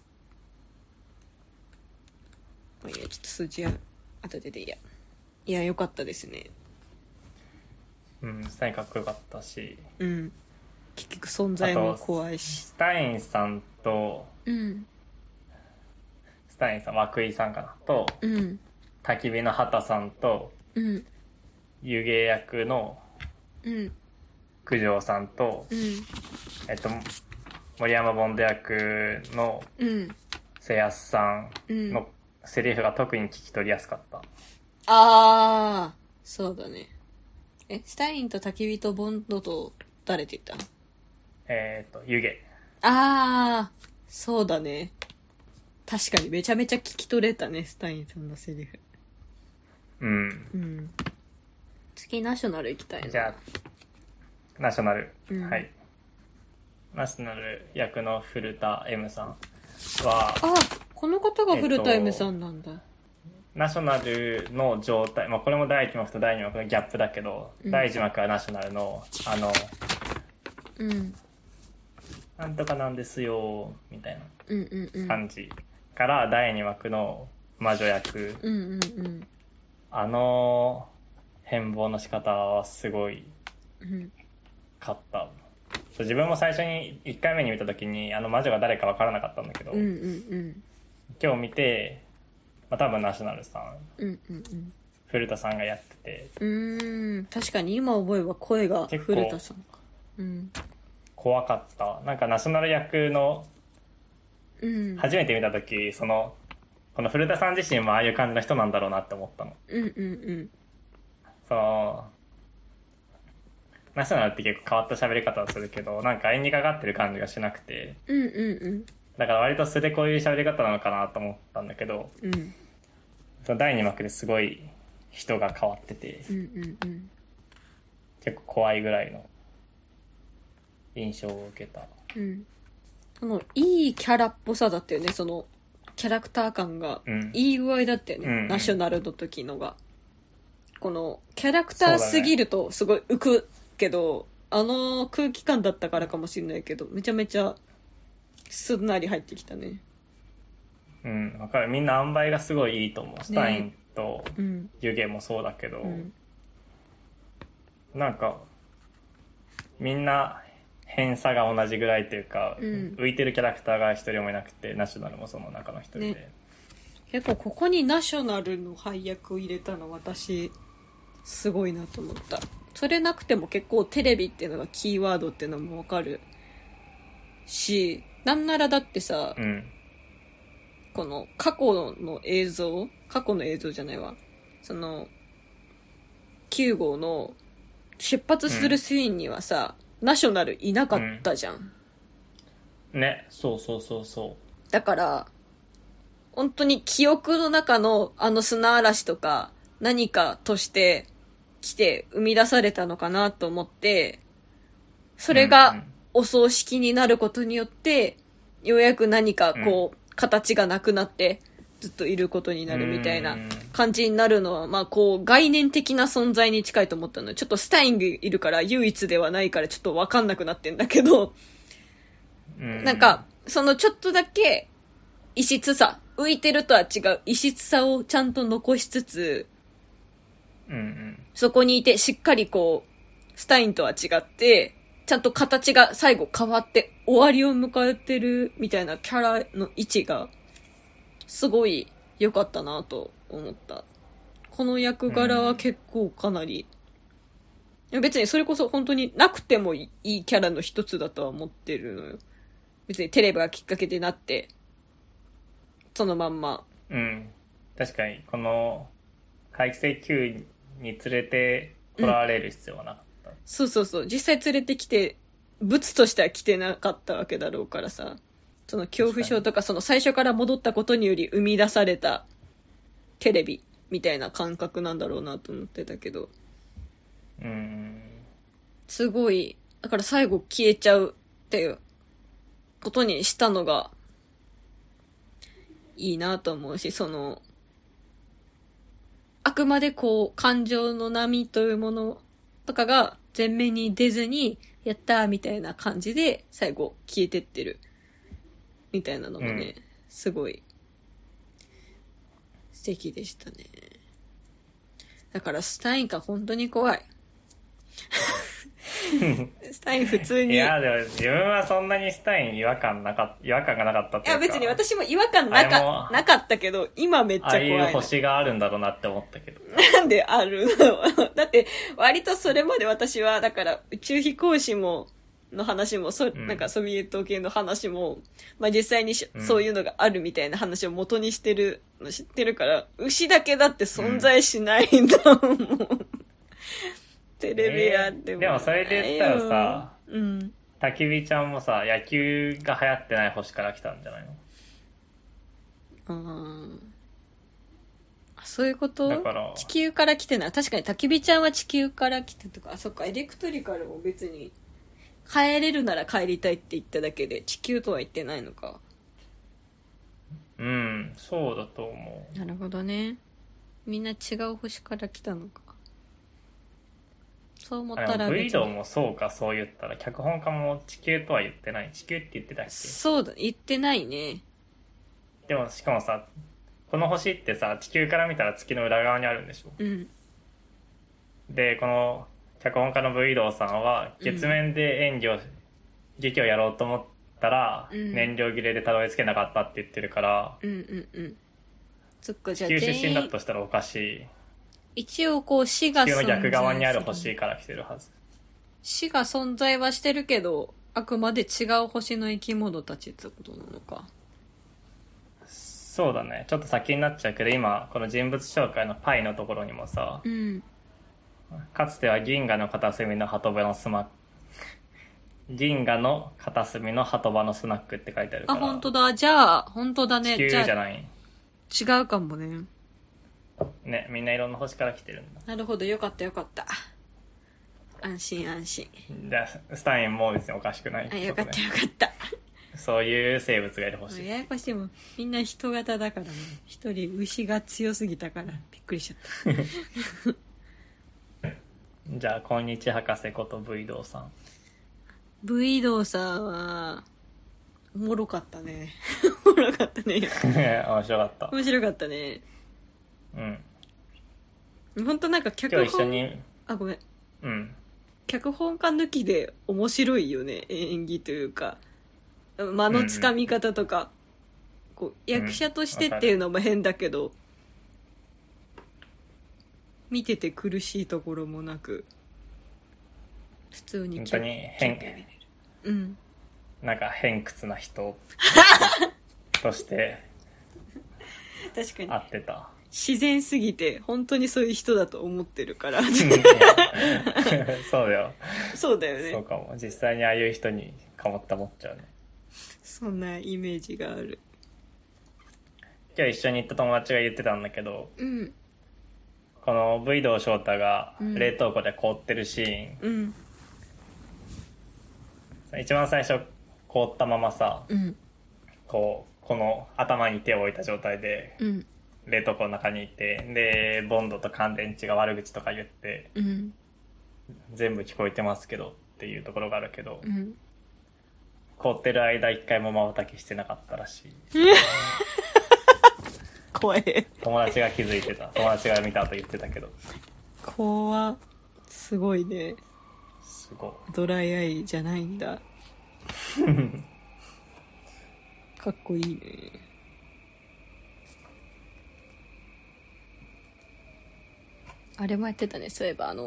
Speaker 1: いや、ちょっと数字は後でいいや。いや、よかったですね。
Speaker 2: うん、スタインかっこよかったし。
Speaker 1: うん。結局存在も怖いし。
Speaker 2: スタインさんと、
Speaker 1: うん。
Speaker 2: スタインさん、涌井さんかなと、
Speaker 1: うん。
Speaker 2: 焚き火の畑さんと、
Speaker 1: うん。
Speaker 2: 湯気役の
Speaker 1: うん。
Speaker 2: 九条さんと、
Speaker 1: うん。
Speaker 2: 森山ボンド役の
Speaker 1: うん。
Speaker 2: 瀬安さん
Speaker 1: うん。
Speaker 2: のセリフが特に聞き取りやすかった。
Speaker 1: あー、そうだね。スタインと焚き火とボンドと誰って言ったの？
Speaker 2: 湯気。
Speaker 1: あー、そうだね。確かにめちゃめちゃ聞き取れたね、スタインさんのセリフ。
Speaker 2: うん。
Speaker 1: うん。次ナショナル行きたいな。
Speaker 2: じゃあ、ナショナル。
Speaker 1: うん、
Speaker 2: はい。ナショナル役の古田 M さんは、
Speaker 1: あ、この方が古田 M さんなんだ。
Speaker 2: ナショナルの状態、まあこれも第1幕と第2幕のギャップだけど、
Speaker 1: うん、
Speaker 2: 第1幕はナショナルの、
Speaker 1: うん。
Speaker 2: なんとかなんですよ、みたい
Speaker 1: うんうんうん。
Speaker 2: な感じから、第2幕の魔女役、
Speaker 1: うんうんうん。
Speaker 2: 変貌の仕方はすごい、
Speaker 1: うん。
Speaker 2: かった。自分も最初に1回目に見た時に魔女が誰か分からなかったんだけど、
Speaker 1: うんうんうん。
Speaker 2: 今日見て、まあ、多分ナショナルさん、
Speaker 1: うんうんうん。
Speaker 2: 古田さんがやって
Speaker 1: て、確かに今思えば声が古田さんか。うん。
Speaker 2: 怖かった。なんかナショナル役の、
Speaker 1: うん。
Speaker 2: 初めて見た時この古田さん自身もああいう感じの人なんだろうなって思ったの。
Speaker 1: うんうんうん。
Speaker 2: そのナショナルって結構変わった喋り方をするけど、なんか演技かかってる感じがしなくて、
Speaker 1: うんうんうん。
Speaker 2: だから割と素でこういう喋り方なのかなと思ったんだけど、
Speaker 1: うん。
Speaker 2: その第2幕ですごい人が変わってて、
Speaker 1: うんうんうん。
Speaker 2: 結構怖いぐらいの印象を受けた。
Speaker 1: うん。いいキャラっぽさだったよね、その、キャラクター感が、いい具合だったよね、
Speaker 2: うん、
Speaker 1: ナショナルの時のが。この、キャラクターすぎるとすごい浮くけど、空気感だったからかもしれないけど、めちゃめちゃ、すんなり入ってきたね。
Speaker 2: うん、わかる。みんな塩梅がすごいいいと思う。スタインと湯気もそうだけど、なんか、みんな偏差が同じぐらいというか、浮いてるキャラクターが一人もいなくて、ナショナルもその中の一人で、ね、
Speaker 1: 結構ここにナショナルの配役を入れたの私すごいなと思った。それなくても結構テレビっていうのがキーワードっていうのもわかるし、なんならだってさ、この過去の映像じゃないわ、その9号の出発するシーンにはさ、ナショナルいなかったじゃん。
Speaker 2: ね、そうそうそうそう。
Speaker 1: だから本当に記憶の中の砂嵐とか何かとして来て生み出されたのかなと思って、それがお葬式になることによってようやく何かこう、形がなくなってずっといることになるみたいな感じになるのは、まあこう概念的な存在に近いと思ったので、ちょっとスタインがいるから唯一ではないからちょっと分かんなくなってんだけど、なんかそのちょっとだけ異質さ、浮いてるとは違う異質さをちゃんと残しつつ、そこにいてしっかりこうスタインとは違ってちゃんと形が最後変わって終わりを迎えてるみたいなキャラの位置がすごい良かったなと思った。この役柄は結構かなり、別にそれこそ本当になくてもいいキャラの一つだとは思ってるのよ。別にテレビがきっかけでなってそのまんま。
Speaker 2: 確かにこの怪奇性 Q に連れてこられる必要はなかった、
Speaker 1: そうそうそう。実際連れてきて、物としては来てなかったわけだろうからさ。その恐怖症とか、その最初から戻ったことにより生み出されたテレビみたいな感覚なんだろうなと思ってたけど。すごい、だから最後消えちゃうっていうことにしたのがいいなと思うし、その、あくまでこう、感情の波というものとかが前面に出ずに、やったーみたいな感じで最後消えてってるみたいなのもね、すごい素敵でしたね。だからスタインが本当に怖い。スタイン普通に。
Speaker 2: いや、でも自分はそんなにスタイン違和感がなかったっていうか。
Speaker 1: いや別に私も違和感なかったけど、今めっちゃ怖い。
Speaker 2: ああいう星があるんだろうなって思ったけど。
Speaker 1: なんであるの？だって割とそれまで私は、だから宇宙飛行士も、の話もなんかソビエト系の話も、まあ実際にそういうのがあるみたいな話を元にしてるの知ってるから、牛だけだって存在しないんだもん。テレビやっても、
Speaker 2: でもそれで言ったらさ、焚き火ちゃんもさ、野球が流行ってない星から来たんじゃないの？
Speaker 1: そういうこと？
Speaker 2: だから
Speaker 1: 地球から来てない。確かに焚き火ちゃんは地球から来てとか、あ、そっか、エレクトリカルも別に帰れるなら帰りたいって言っただけで地球とは言ってないのか。
Speaker 2: そうだと思
Speaker 1: う。なるほどね。みんな違う星から来たのか。そう思ったら
Speaker 2: 別に。ブイドもそうか、そう言ったら脚本家も地球とは言ってない。地球って言ってたっけ？
Speaker 1: そうだ、言ってないね。
Speaker 2: でもしかもさ、この星ってさ、地球から見たら月の裏側にあるんでしょ。で、この脚本家のブイドさんは月面で劇をやろうと思ったら、燃料切れでたどり着けなかったって言ってるから、
Speaker 1: そっか、じゃあ
Speaker 2: 地球出身だとしたらおかしい。
Speaker 1: 一応こう死が存在する。
Speaker 2: 地球の逆側にある星から来てるはず。
Speaker 1: 死が存在はしてるけど、あくまで違う星の生き物たちってことなのか。
Speaker 2: そうだね。ちょっと先になっちゃうけど、今この人物紹介のパイのところにもさ、かつては銀河の片隅の鳩場のスナック、銀河の片隅の鳩場のスナックって書いてあるから。
Speaker 1: あ、本当だ。じゃあ本当だね。
Speaker 2: 地球じゃない。
Speaker 1: 違うかもね。
Speaker 2: ね、みんないろんな星から来てるんだ。
Speaker 1: なるほど、よかったよかった。安心安心。
Speaker 2: じゃあスタインも別におかしくない、
Speaker 1: ね。よかったよかった。
Speaker 2: そういう生物がいる星。
Speaker 1: ややこしいもん。みんな人型だからね。一人牛が強すぎたからびっくりしちゃった。
Speaker 2: じゃあこんにち博士ことブイドウさん。
Speaker 1: ブイドウさんはおもろかったね。おもろかったね。
Speaker 2: 面白かった。
Speaker 1: 面白かったね。本当なんか脚本、
Speaker 2: 今日一緒に、
Speaker 1: あ、ごめん。脚本家抜きで面白いよね、演技というか間のつかみ方とか、こう役者としてっていうのも変だけど、見てて苦しいところもなく普通に
Speaker 2: 本当になんか偏屈な人として
Speaker 1: 確かに
Speaker 2: 合ってた。
Speaker 1: 自然すぎて本当にそういう人だと思ってるから
Speaker 2: そうだよ。
Speaker 1: そうだよね。
Speaker 2: そうかも。実際にああいう人にかもって思っちゃうね。
Speaker 1: そんなイメージがある。
Speaker 2: 今日一緒に行った友達が言ってたんだけど、このブイドウ翔太が冷凍庫で凍ってるシーン、一番最初凍ったままさ、この頭に手を置いた状態で、冷凍庫の中にいて、でボンドと乾電池が悪口とか言って、全部聞こえてますけどっていうところがあるけど、凍ってる間一回も瞬きしてなかったらしい。
Speaker 1: 怖い。
Speaker 2: 友達が気づいてた。友達が見た後言ってたけど。
Speaker 1: 怖すごいね。
Speaker 2: すごい。
Speaker 1: ドライアイじゃないんだ。かっこいいね。あれもやってたね。そういえば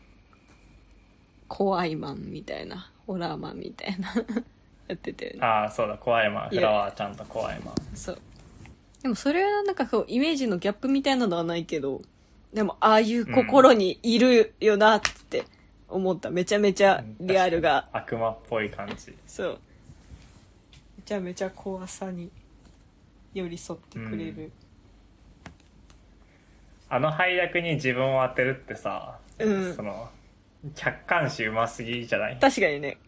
Speaker 1: 怖いマンみたいな、ホラーマンみたいなやってたよね。
Speaker 2: ああ、そうだ、怖いマン。フラワーちゃんと怖いマン。
Speaker 1: そう。でもそれはなんかイメージのギャップみたいなのはないけど、 でもああいう心にいるよなって思った。めちゃめちゃリアルが、
Speaker 2: 悪魔っぽい感じ。
Speaker 1: そう、めちゃめちゃ怖さに寄り添ってくれる、
Speaker 2: あの配役に自分を当てるってさ、
Speaker 1: うん、
Speaker 2: その客観視うますぎじゃない？
Speaker 1: 確かにね。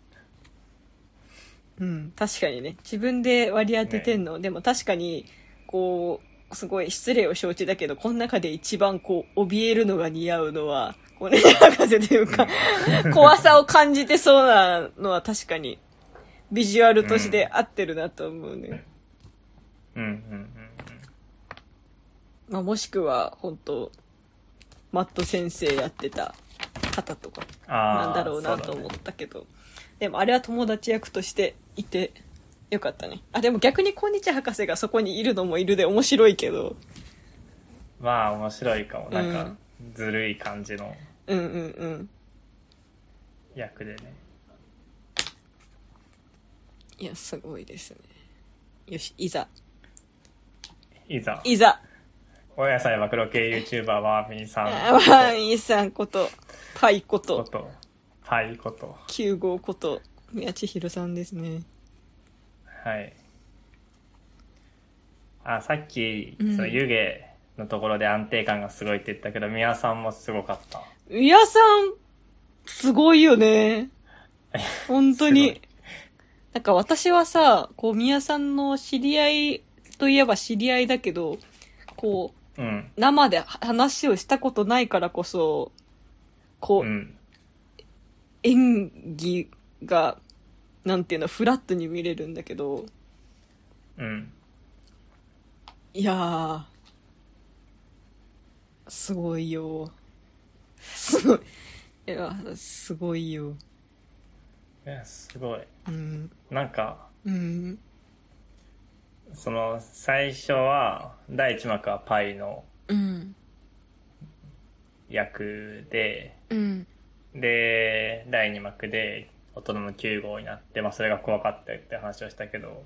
Speaker 1: うん、確かにね。自分で割り当ててんの。ね、でも確かに、こう、すごい失礼を承知だけど、この中で一番こう、怯えるのが似合うのは、こうね、博士というか、怖さを感じてそうなのは確かに、ビジュアルとして合ってるなと思うね。
Speaker 2: うんうんうんうん。
Speaker 1: まあ、もしくは、本当マット先生やってた方とか、なんだろうなと思ったけど、でもあれは友達役としていてよかったね。あ、でも逆に今日博士がそこにいるのもいるで面白いけど。
Speaker 2: まあ面白いかも。なんか、ずるい感じの役でね。
Speaker 1: いや、すごいですね。よし、いざ。
Speaker 2: お野菜暴露系 YouTuber ワーミーさん。
Speaker 1: ワーミーさんこと、パイこと。9号こと宮地弘さんですね。
Speaker 2: はい。あ、さっき、その湯気のところで安定感がすごいって言ったけど、宮さんもすごかった。
Speaker 1: 宮さんすごいよね。本当に。なんか私はさ、こう宮さんの知り合いといえば知り合いだけど、こう、生で話をしたことないからこそ、こう、演技が、なんていうの、フラットに見れるんだけど、いやー、すごいよ。すごい。いや、すごいよ。
Speaker 2: いや、すごい。なんか、その、最初は、第1幕はパイの役で、で、第2幕で大人の9号になって、まあそれが怖かったって話をしたけど、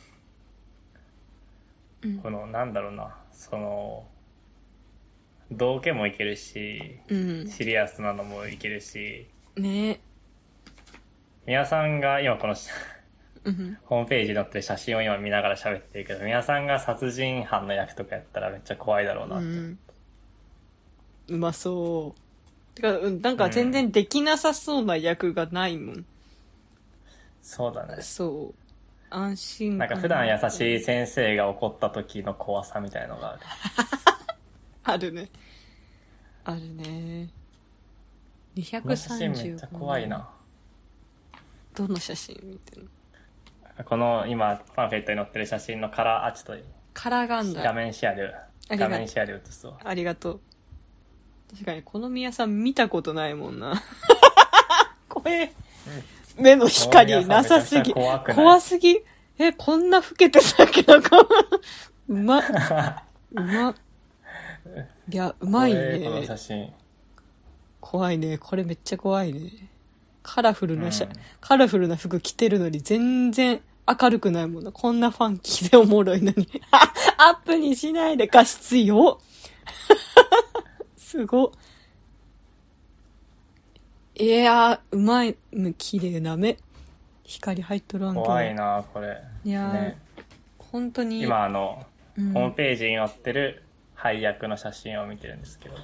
Speaker 2: この、なんだろうな、その、道化もいけるし、シリアスなのもいけるし、
Speaker 1: ね。
Speaker 2: 宮さんが今このホームページに載ってる写真を今見ながら喋ってるけど、宮さんが殺人犯の役とかやったらめっちゃ怖いだろうなって。
Speaker 1: うまそう。てか、なんか全然できなさそうな役がないもん。
Speaker 2: そうだね。
Speaker 1: そう。安心
Speaker 2: 感。なんか普段優しい先生が怒った時の怖さみたいのがある。
Speaker 1: あるね。あるね。235。
Speaker 2: この写真めっちゃ怖いな。
Speaker 1: どの写真見てる
Speaker 2: の？この今パンフレットに載ってる写真のカラー、ちょっと
Speaker 1: カラーガンダ
Speaker 2: 画面シェアで写すわ。
Speaker 1: ありがとう。確かにこの宮さん見たことないもんな。怖え。目の光なさすぎ。怖すぎ。こんな老けてたっけなんか。うまいや、うまいね。
Speaker 2: この写真。
Speaker 1: 怖いね。これめっちゃ怖いね。カラフルな服着てるのに全然明るくないもんな。こんなファンキーでおもろいのに。アップにしないで画質よ。すご。いやー、うまい。綺麗な目。光入っとるわんけ。
Speaker 2: 怖いなこれ。
Speaker 1: いやー、ね、本当に。
Speaker 2: 今ホームページに載ってる配役の写真を見てるんですけど。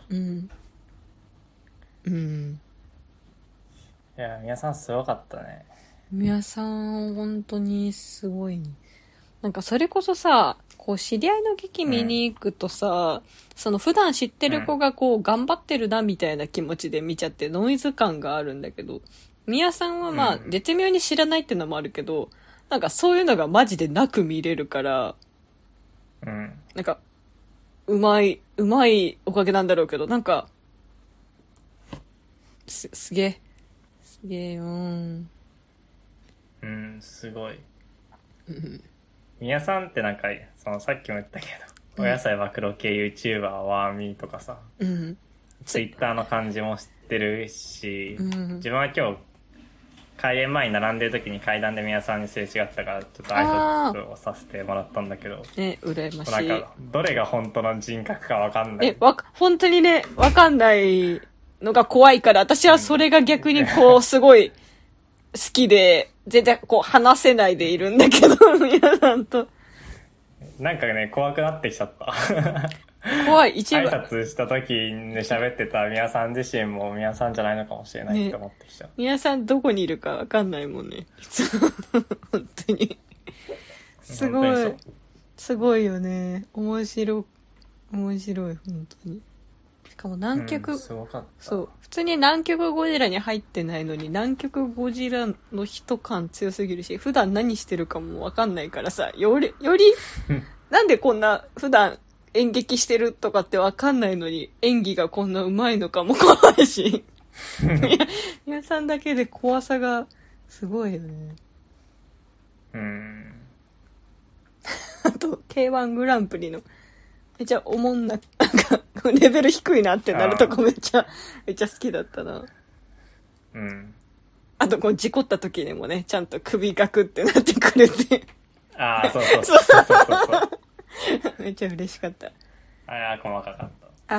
Speaker 2: いや、宮さんすごかったね。
Speaker 1: 宮さん、本当にすごいね。なんかそれこそさ、こう知り合いの劇見に行くとさ、その普段知ってる子がこう頑張ってるなみたいな気持ちで見ちゃってノイズ感があるんだけど、宮さんはまあ絶妙に知らないってのもあるけど、なんかそういうのがマジでなく見れるから、なんか、うまいおかげなんだろうけど、なんか、すげえよー。
Speaker 2: すごい。宮さんってなんか、そのさっきも言ったけど、お野菜暴露系 YouTuber ワーミーとかさ、Twitter の感じも知ってるし、自分は今日開演前に並んでる時に階段で宮さんにすれ違ったからちょっと挨拶をさせてもらったんだけど、
Speaker 1: 羨ましい。
Speaker 2: なんかどれが本当の人格かわかんない。
Speaker 1: 本当にね、わかんないのが怖いから、私はそれが逆にこうすごい好きで、全然こう話せないでいるんだけど、皆さんと。
Speaker 2: なんかね、怖くなってきちゃった。
Speaker 1: 怖い、一番。
Speaker 2: 挨拶した時に喋ってた宮さん自身も宮さんじゃないのかもしれないって思ってきちゃう。
Speaker 1: 宮さんどこにいるかわかんないもんね。本当に。すごい。すごいよね。面白い、本当に。しかも南極、
Speaker 2: すごかった。
Speaker 1: そう。普通に南極ゴジラに入ってないのに、南極ゴジラの人感強すぎるし、普段何してるかもわかんないからさ、より、なんでこんな普段演劇してるとかってわかんないのに、演技がこんな上手いのかも怖いし。皆さんだけで怖さがすごいよね。あと、K1 グランプリの、めっちゃなんか、レベル低いなってなるとこめっちゃ好きだったな。あと、こう、事故った時にもね、ちゃんと首ガクってなってくれて。
Speaker 2: そう。
Speaker 1: めっちゃ嬉しかった。
Speaker 2: 細かかった。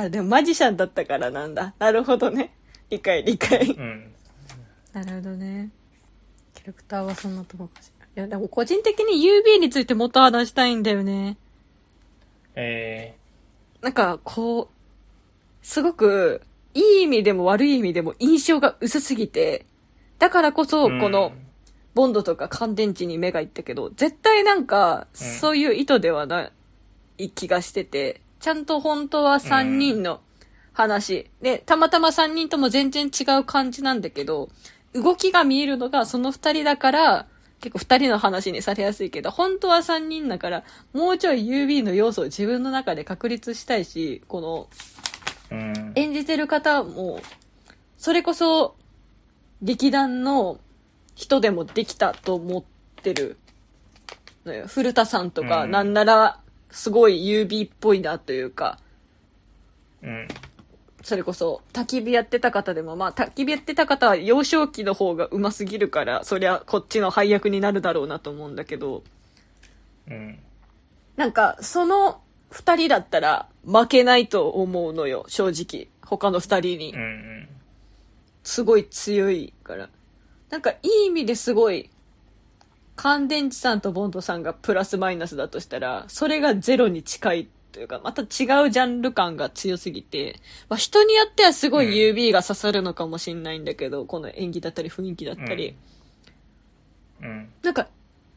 Speaker 1: でもマジシャンだったからなんだ。なるほどね。理解。なるほどね。キャラクターはそんなとこかしら。いや、でも個人的に UB についてもっと話したいんだよね。なんか、こう、すごく、いい意味でも悪い意味でも印象が薄すぎて、だからこそ、この、ボンドとか乾電池に目がいったけど、絶対なんか、そういう意図ではない気がしてて、ちゃんと本当は3人の話、で、たまたま3人とも全然違う感じなんだけど、動きが見えるのがその2人だから、結構2人の話にされやすいけど、本当は3人だから、もうちょい UB の要素を自分の中で確立したいし、この、演じてる方も、それこそ、劇団の人でもできたと思ってるのよ。古田さんとか、なんなら、すごい UB っぽいなというか、それこそ、焚き火やってた方でも、焚き火やってた方は幼少期の方が上手すぎるから、そりゃこっちの配役になるだろうなと思うんだけど、なんか、その二人だったら負けないと思うのよ、正直。他の二人に。すごい強いから。なんか、いい意味ですごい、乾電池さんとボンドさんがプラスマイナスだとしたら、それがゼロに近いというか、また違うジャンル感が強すぎて、人によってはすごい UB が刺さるのかもしんないんだけど、この演技だったり雰囲気だったり。なんか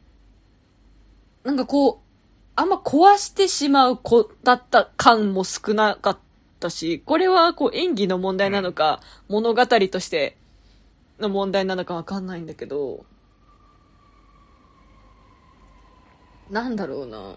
Speaker 1: こう、あんま壊してしまう子だった感も少なかったし、これはこう演技の問題なのか、物語としての問題なのかわかんないんだけど、なんだろうな。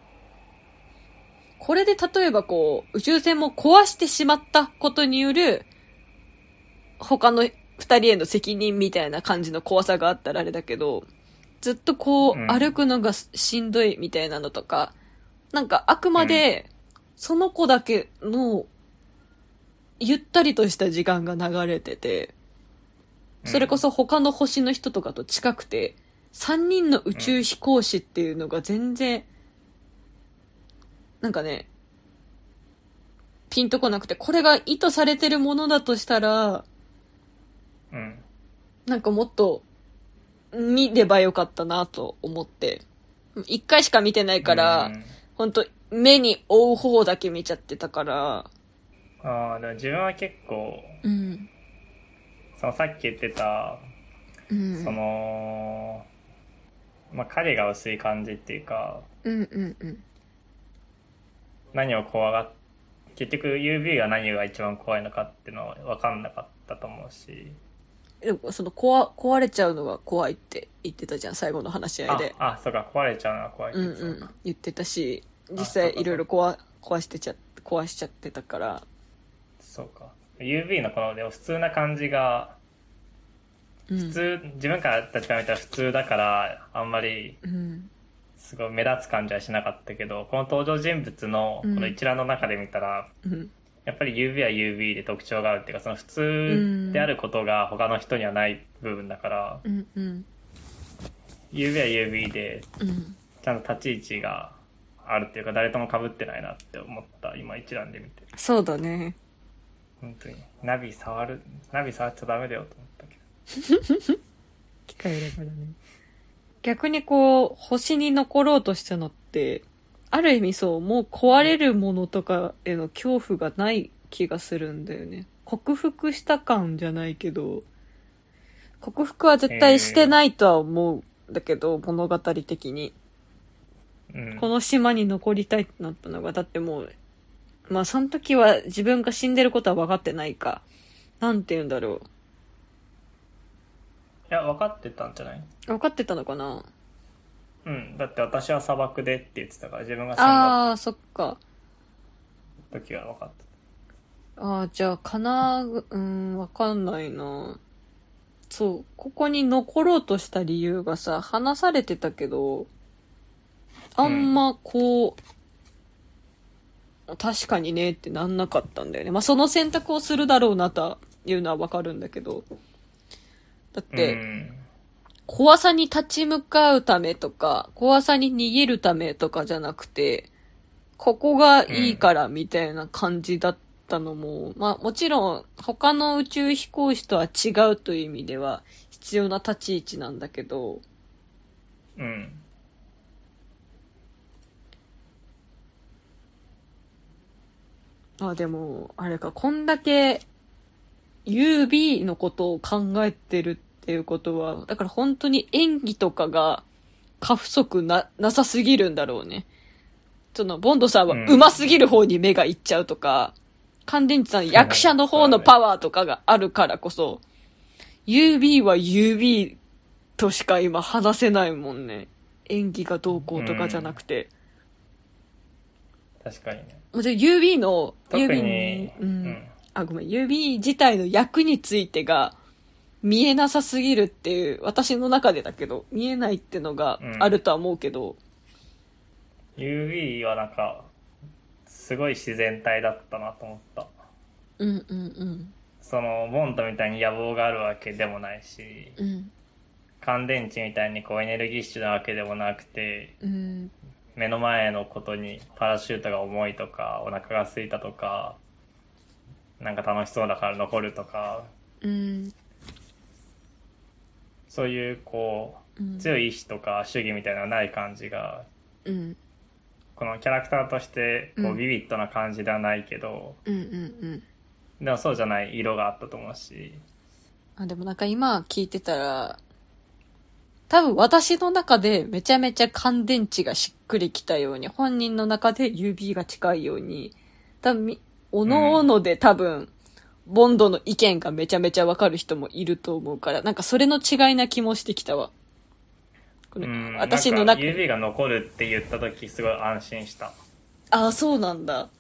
Speaker 1: これで例えばこう、宇宙船も壊してしまったことによる、他の二人への責任みたいな感じの怖さがあったらあれだけど、ずっとこう、歩くのがしんどいみたいなのとか、なんかあくまで、その子だけの、ゆったりとした時間が流れてて、それこそ他の星の人とかと近くて、3人の宇宙飛行士っていうのが全然、なんかね、ピンとこなくて、これが意図されてるものだとしたら、なんかもっと、見ればよかったなと思って。1回しか見てないから、ほんと、目に追う方だけ見ちゃってたから。
Speaker 2: だから自分は結構、そのさっき言ってた、その、影が薄い感じっていうか、何を怖がっ結局 UB が何が一番怖いのかっていうのは分かんなかったと思うし、
Speaker 1: でもその壊れちゃうのが怖いって言ってたじゃん、最後の話し合いで。
Speaker 2: そうか、壊れちゃうのが怖いって
Speaker 1: 言ってたし、実際いろいろ壊しちゃってたから。
Speaker 2: そうか。UB のこのでも普通な感じが、自分からたちから見たら普通だからあんまりすごい目立つ感じはしなかったけど、この登場人物のこの一覧の中で見たら、 やっぱり UB は UB で特徴があるっていうか、その普通であることが他の人にはない部分だから、
Speaker 1: うんうん、
Speaker 2: UB は UB で
Speaker 1: うん、
Speaker 2: ちゃんと立ち位置があるっていうか、誰とも被ってないなって思った、今一覧で見て。
Speaker 1: そうだね。
Speaker 2: 本当にナビ触っちゃダメだよと思ったけど。
Speaker 1: 機械だからね。逆にこう、星に残ろうとしたのって、ある意味そう、もう壊れるものとかへの恐怖がない気がするんだよね。克服した感じゃないけど、克服は絶対してないとは思うんだけど、物語的に。この島に残りたいってなったのが、だってもう、まあその時は自分が死んでることは分かってないか。なんて言うんだろう。
Speaker 2: いや、分かってたんじゃない？
Speaker 1: 分かってたのかな。
Speaker 2: うん。だって私は砂漠でって言ってたから、自分が死んだ
Speaker 1: ああ、そっか。
Speaker 2: 時は分かって
Speaker 1: た。ああ、じゃあ、わかんないな。そう、ここに残ろうとした理由がさ、話されてたけど、あんまこう、確かにねってなんなかったんだよね。まあ、その選択をするだろうなというのはわかるんだけど。だって、怖さに立ち向かうためとか、怖さに逃げるためとかじゃなくて、ここがいいからみたいな感じだったのも、まあもちろん他の宇宙飛行士とは違うという意味では必要な立ち位置なんだけど、
Speaker 2: うん。
Speaker 1: あ、でも、あれか、こんだけ UB のことを考えてるっていうことは、だから本当に演技とかが過不足なさすぎるんだろうね。その、ボンドさんは上手すぎる方に目がいっちゃうとか、乾電池さん役者の方のパワーとかがあるからこそ、UB は UB としか今話せないもんね。演技がどうこうとかじゃなくて。
Speaker 2: 確かにね。
Speaker 1: もちろん UB の、
Speaker 2: 特
Speaker 1: UB
Speaker 2: に、
Speaker 1: あ、ごめん、UB 自体の役についてが見えなさすぎるっていう、私の中でだけど、見えないってのがあるとは思うけど。
Speaker 2: UB はなんか、すごい自然体だったなと思った。
Speaker 1: うんうんうん。
Speaker 2: その、ボンドみたいに野望があるわけでもないし、
Speaker 1: うん。
Speaker 2: 乾電池みたいにこうエネルギッシュなわけでもなくて、
Speaker 1: うん。
Speaker 2: 目の前のことにパラシュートが重いとか、お腹が空いたとか、なんか楽しそうだから残るとか、
Speaker 1: うん。
Speaker 2: そういうこう、強い意志とか主義みたいなのがない感じが、
Speaker 1: うん。
Speaker 2: このキャラクターとしてこうビビッドな感じではないけど、
Speaker 1: うんうんうん。
Speaker 2: でもそうじゃない色があったと思うし。
Speaker 1: あ、でもなんか今聞いてたら、多分私の中でめちゃめちゃ乾電池がしっくりきたように、本人の中で指が近いように、多分おのおので多分、ボンドの意見がめちゃめちゃわかる人もいると思うから、なんかそれの違いな気もしてきたわ。これ私の中
Speaker 2: 指が残るって言った時すごい安心した。
Speaker 1: ああ、そうなんだ。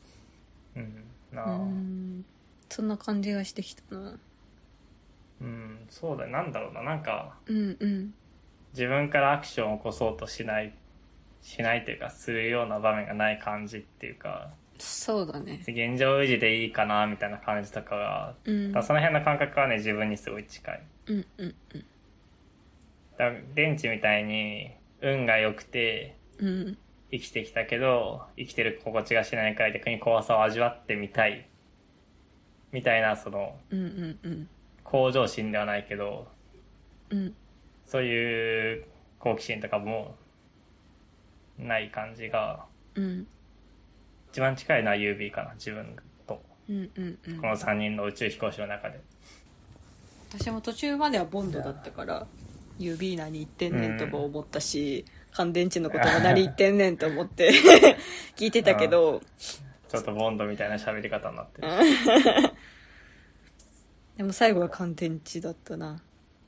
Speaker 1: そんな感じがしてきたな。
Speaker 2: そうだよ。なんだろうな。なんか、
Speaker 1: うんうん。
Speaker 2: 自分からアクションを起こそうとしないというか、するような場面がない感じっていうか、
Speaker 1: そうだね。
Speaker 2: 現状維持でいいかな、みたいな感じとかが、その辺の感覚はね、自分にすごい近い。
Speaker 1: うんうんうん。
Speaker 2: だ電池みたいに、運が良くて、生きてきたけど、生きてる心地がしないから逆に怖さを味わってみたい。みたいな、その、向上心ではないけど、そういう好奇心とかもない感じが、一番近いのは UB かな、自分と、この3人の宇宙飛行士の中で。
Speaker 1: 私も途中まではボンドだったから UB 何言ってんねんとも思ったし、乾電池のことも何言ってんねんと思って聞いてたけど、
Speaker 2: ちょっとボンドみたいな喋り方になってる
Speaker 1: でも最後は乾電池だったな。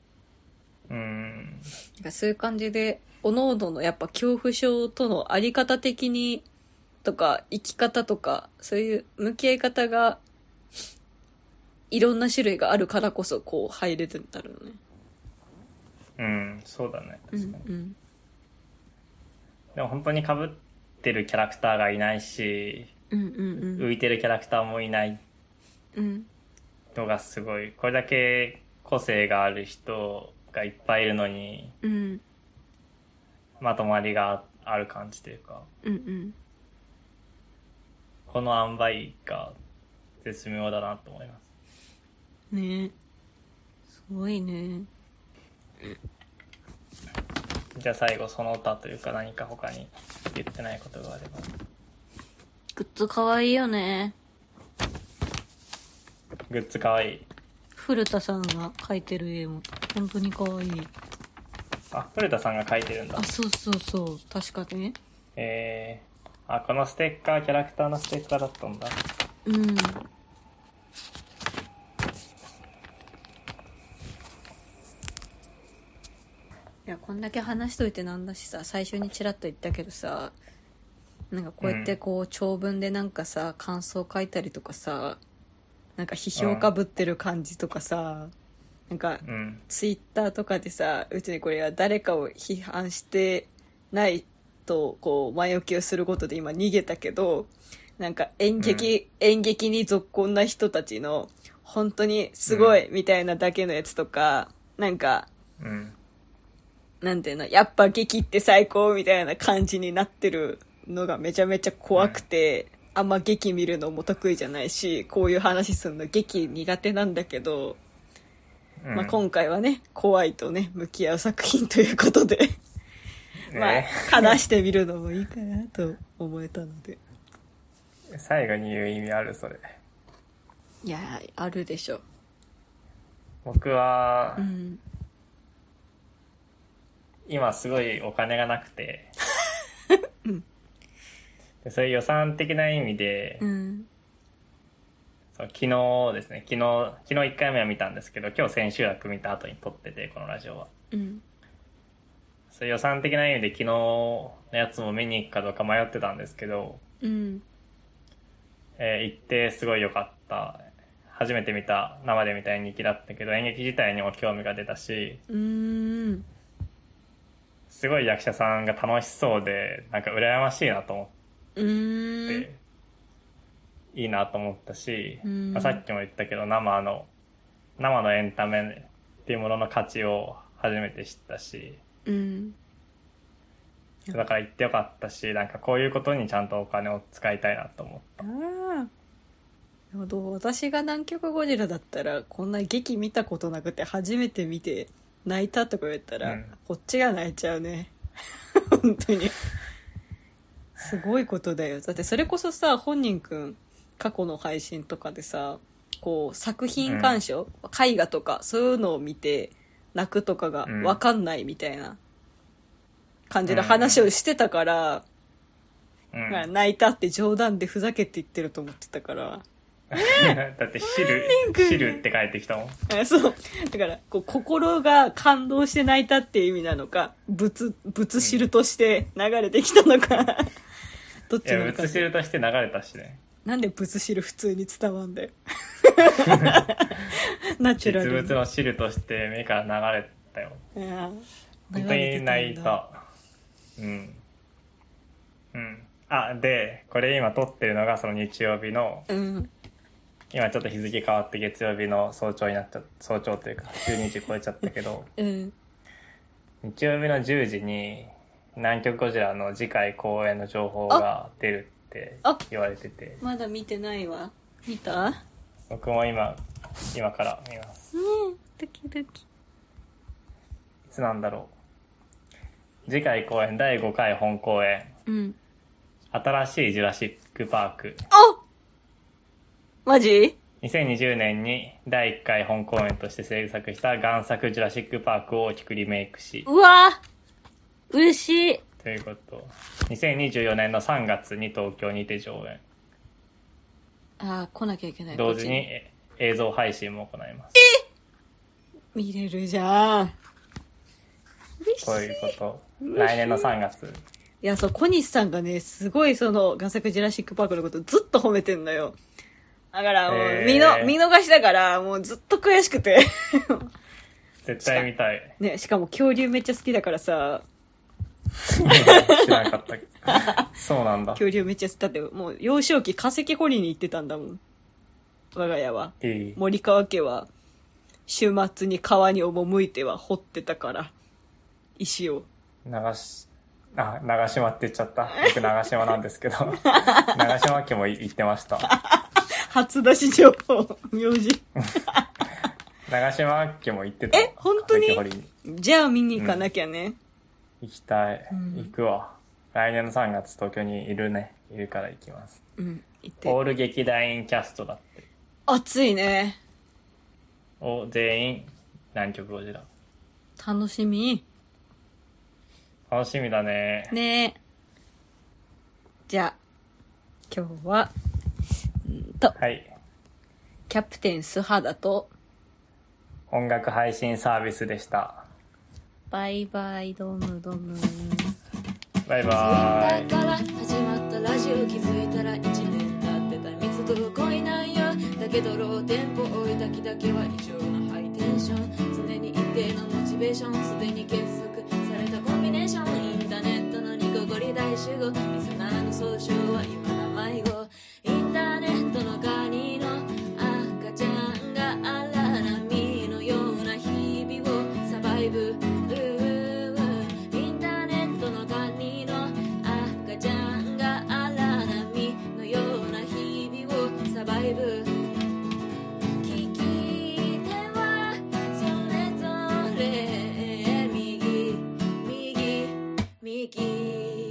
Speaker 1: そういう感じで各々のやっぱ恐怖症とのあり方的にとか生き方とかそういう向き合い方がいろんな種類があるからこそこう入れてんだろう
Speaker 2: ね。そうだね、確かに。でも本当に被ってるキャラクターがいないし、浮いてるキャラクターもいないっのがすごい、これだけ個性がある人がいっぱいいるのに、まとまりがある感じというか、この塩梅が絶妙だなと思います
Speaker 1: ね。すごいね。
Speaker 2: じゃあ最後その他というか何か他に言ってないことがあれば。
Speaker 1: グッズかわいいよね。
Speaker 2: グッズかわいい。
Speaker 1: 古田さんが描いてる絵も本当にかわいい。
Speaker 2: あ、古田さんが描いてるんだ。
Speaker 1: あ、そうそうそう、確かね。
Speaker 2: あ、このステッカーキャラクターのステッカーだったんだ。
Speaker 1: いや、こんだけ話しといてなんだしさ、最初にちらっと言ったけどさ、なんかこうやってこう長文でなんかさ、感想書いたりとかさ、なんか批評かぶってる感じとかさ、なんかツイッターとかでさ、うちにこれは誰かを批判してないとこう前置きをすることで今逃げたけど、なんか演劇にぞっこんな人たちの本当にすごいみたいなだけのやつとか、なんか、なんていうの、やっぱ劇って最高みたいな感じになってるのがめちゃめちゃ怖くて、あんま劇見るのも得意じゃないし、こういう話するの劇苦手なんだけど、まあ今回はね、怖いとね、向き合う作品ということで、まあ、話してみるのもいいかなと思えたので。
Speaker 2: 最後に言う意味あるそれ？
Speaker 1: いや、あるでしょ。
Speaker 2: 僕は、今すごいお金がなくて、でそういう予算的な意味で、そう昨日ですね、昨日1回目は見たんですけど、今日千秋楽見た後に撮ってて、このラジオは。そういう予算的な意味で昨日のやつも見に行くかどうか迷ってたんですけど、行ってすごい良かった。初めて見た、生で見た演劇だったけど、演劇自体にも興味が出たし、すごい役者さんが楽しそうで、なんか羨ましいなと思って、いいなと思ったし、まあ、さっきも言ったけど生のエンタメっていうものの価値を初めて知ったし、だから行ってよかったし、なんかこういうことにちゃんとお金を使いたいなと思った。
Speaker 1: なるほど。私が南極ゴジラだったらこんな劇見たことなくて初めて見て泣いたとか言ったら、こっちが泣いちゃうね。本当にすごいことだよ。だってそれこそさ、本人くん過去の配信とかでさ、こう作品鑑賞、絵画とかそういうのを見て泣くとかが分かんないみたいな感じの話をしてたから、泣いたって冗談でふざけて言ってると思ってたから。
Speaker 2: だって知るって帰ってきたもん。
Speaker 1: そうだからこう心が感動して泣いたっていう意味なのか、仏汁として流れてきたのか、どっちなのか。
Speaker 2: 仏汁として流れたしね。
Speaker 1: なんで仏汁普通に伝わんだよ。ナチュラルに
Speaker 2: 実物の汁として目から流れたよ。本当に泣いた。あ、でこれ今撮ってるのがその日曜日の、今ちょっと日付変わって月曜日の早朝になっちゃった、早朝というか12時超えちゃったけど、日曜日の10時に南極ゴジラの次回公演の情報が出るって言われてて、
Speaker 1: まだ見てないわ。見た？
Speaker 2: 僕も今から見ます。
Speaker 1: ドキドキ。い
Speaker 2: つなんだろう。次回公演第5回本公演、新しいジュラシックパーク。
Speaker 1: マジ
Speaker 2: ？2020年に第1回本公演として制作した贋作ジュラシックパークを大きくリメイクし、
Speaker 1: うわ嬉しい。
Speaker 2: ということ、2024年の3月に東京にて上演。
Speaker 1: 来なきゃいけない。
Speaker 2: 同時に映像配信も行います。
Speaker 1: 見れるじゃん。
Speaker 2: こういうこと。来年の3月。
Speaker 1: いや、そう、小西さんがね、すごいその贋作ジュラシックパークのことずっと褒めてんのよ。だからもう見逃しだからもうずっと悔しくて。
Speaker 2: 絶対見たい。
Speaker 1: ね、しかも恐竜めっちゃ好きだからさ。
Speaker 2: 知らなかった。そうなんだ。
Speaker 1: 恐竜めっちゃ好きだって、もう幼少期化石掘りに行ってたんだもん。 我が家は。森川家は週末に川に赴いては掘ってたから、石を。
Speaker 2: 長島って言っちゃった。僕長島なんですけど長島家も行ってました
Speaker 1: 初出し情報、名字
Speaker 2: 長島家も行ってた。
Speaker 1: 本当に？じゃあ見に行かなきゃね。
Speaker 2: 行きたい、行くわ。来年の3月東京にいるから行きます。行って。オール劇団員キャストだって。
Speaker 1: 熱いね。
Speaker 2: 全員南極ゴジラ。
Speaker 1: 楽しみ
Speaker 2: だね。
Speaker 1: ね。じゃあ今日は
Speaker 2: はい、
Speaker 1: キャプテン素肌と
Speaker 2: 音楽配信サービスでした。
Speaker 1: バイバイ、ドムドム。
Speaker 2: バイバイ。
Speaker 3: Twitter から始まったラジオ、気づいたら1年経ってた。密度濃いなんよ。だけどローテンポ置いたきだけは異常なハイテンション。常に一定のモチベーション、すでに結束されたコンビネーション。インターネットのニコゴリ大集合。リスナーの総称は今名迷子。インターネットのカニの赤ちゃんが荒波のような日々をサバイブ。インターネットのカニの赤ちゃんが荒波のような日々をサバイブ。聞き手はそれぞれ右右右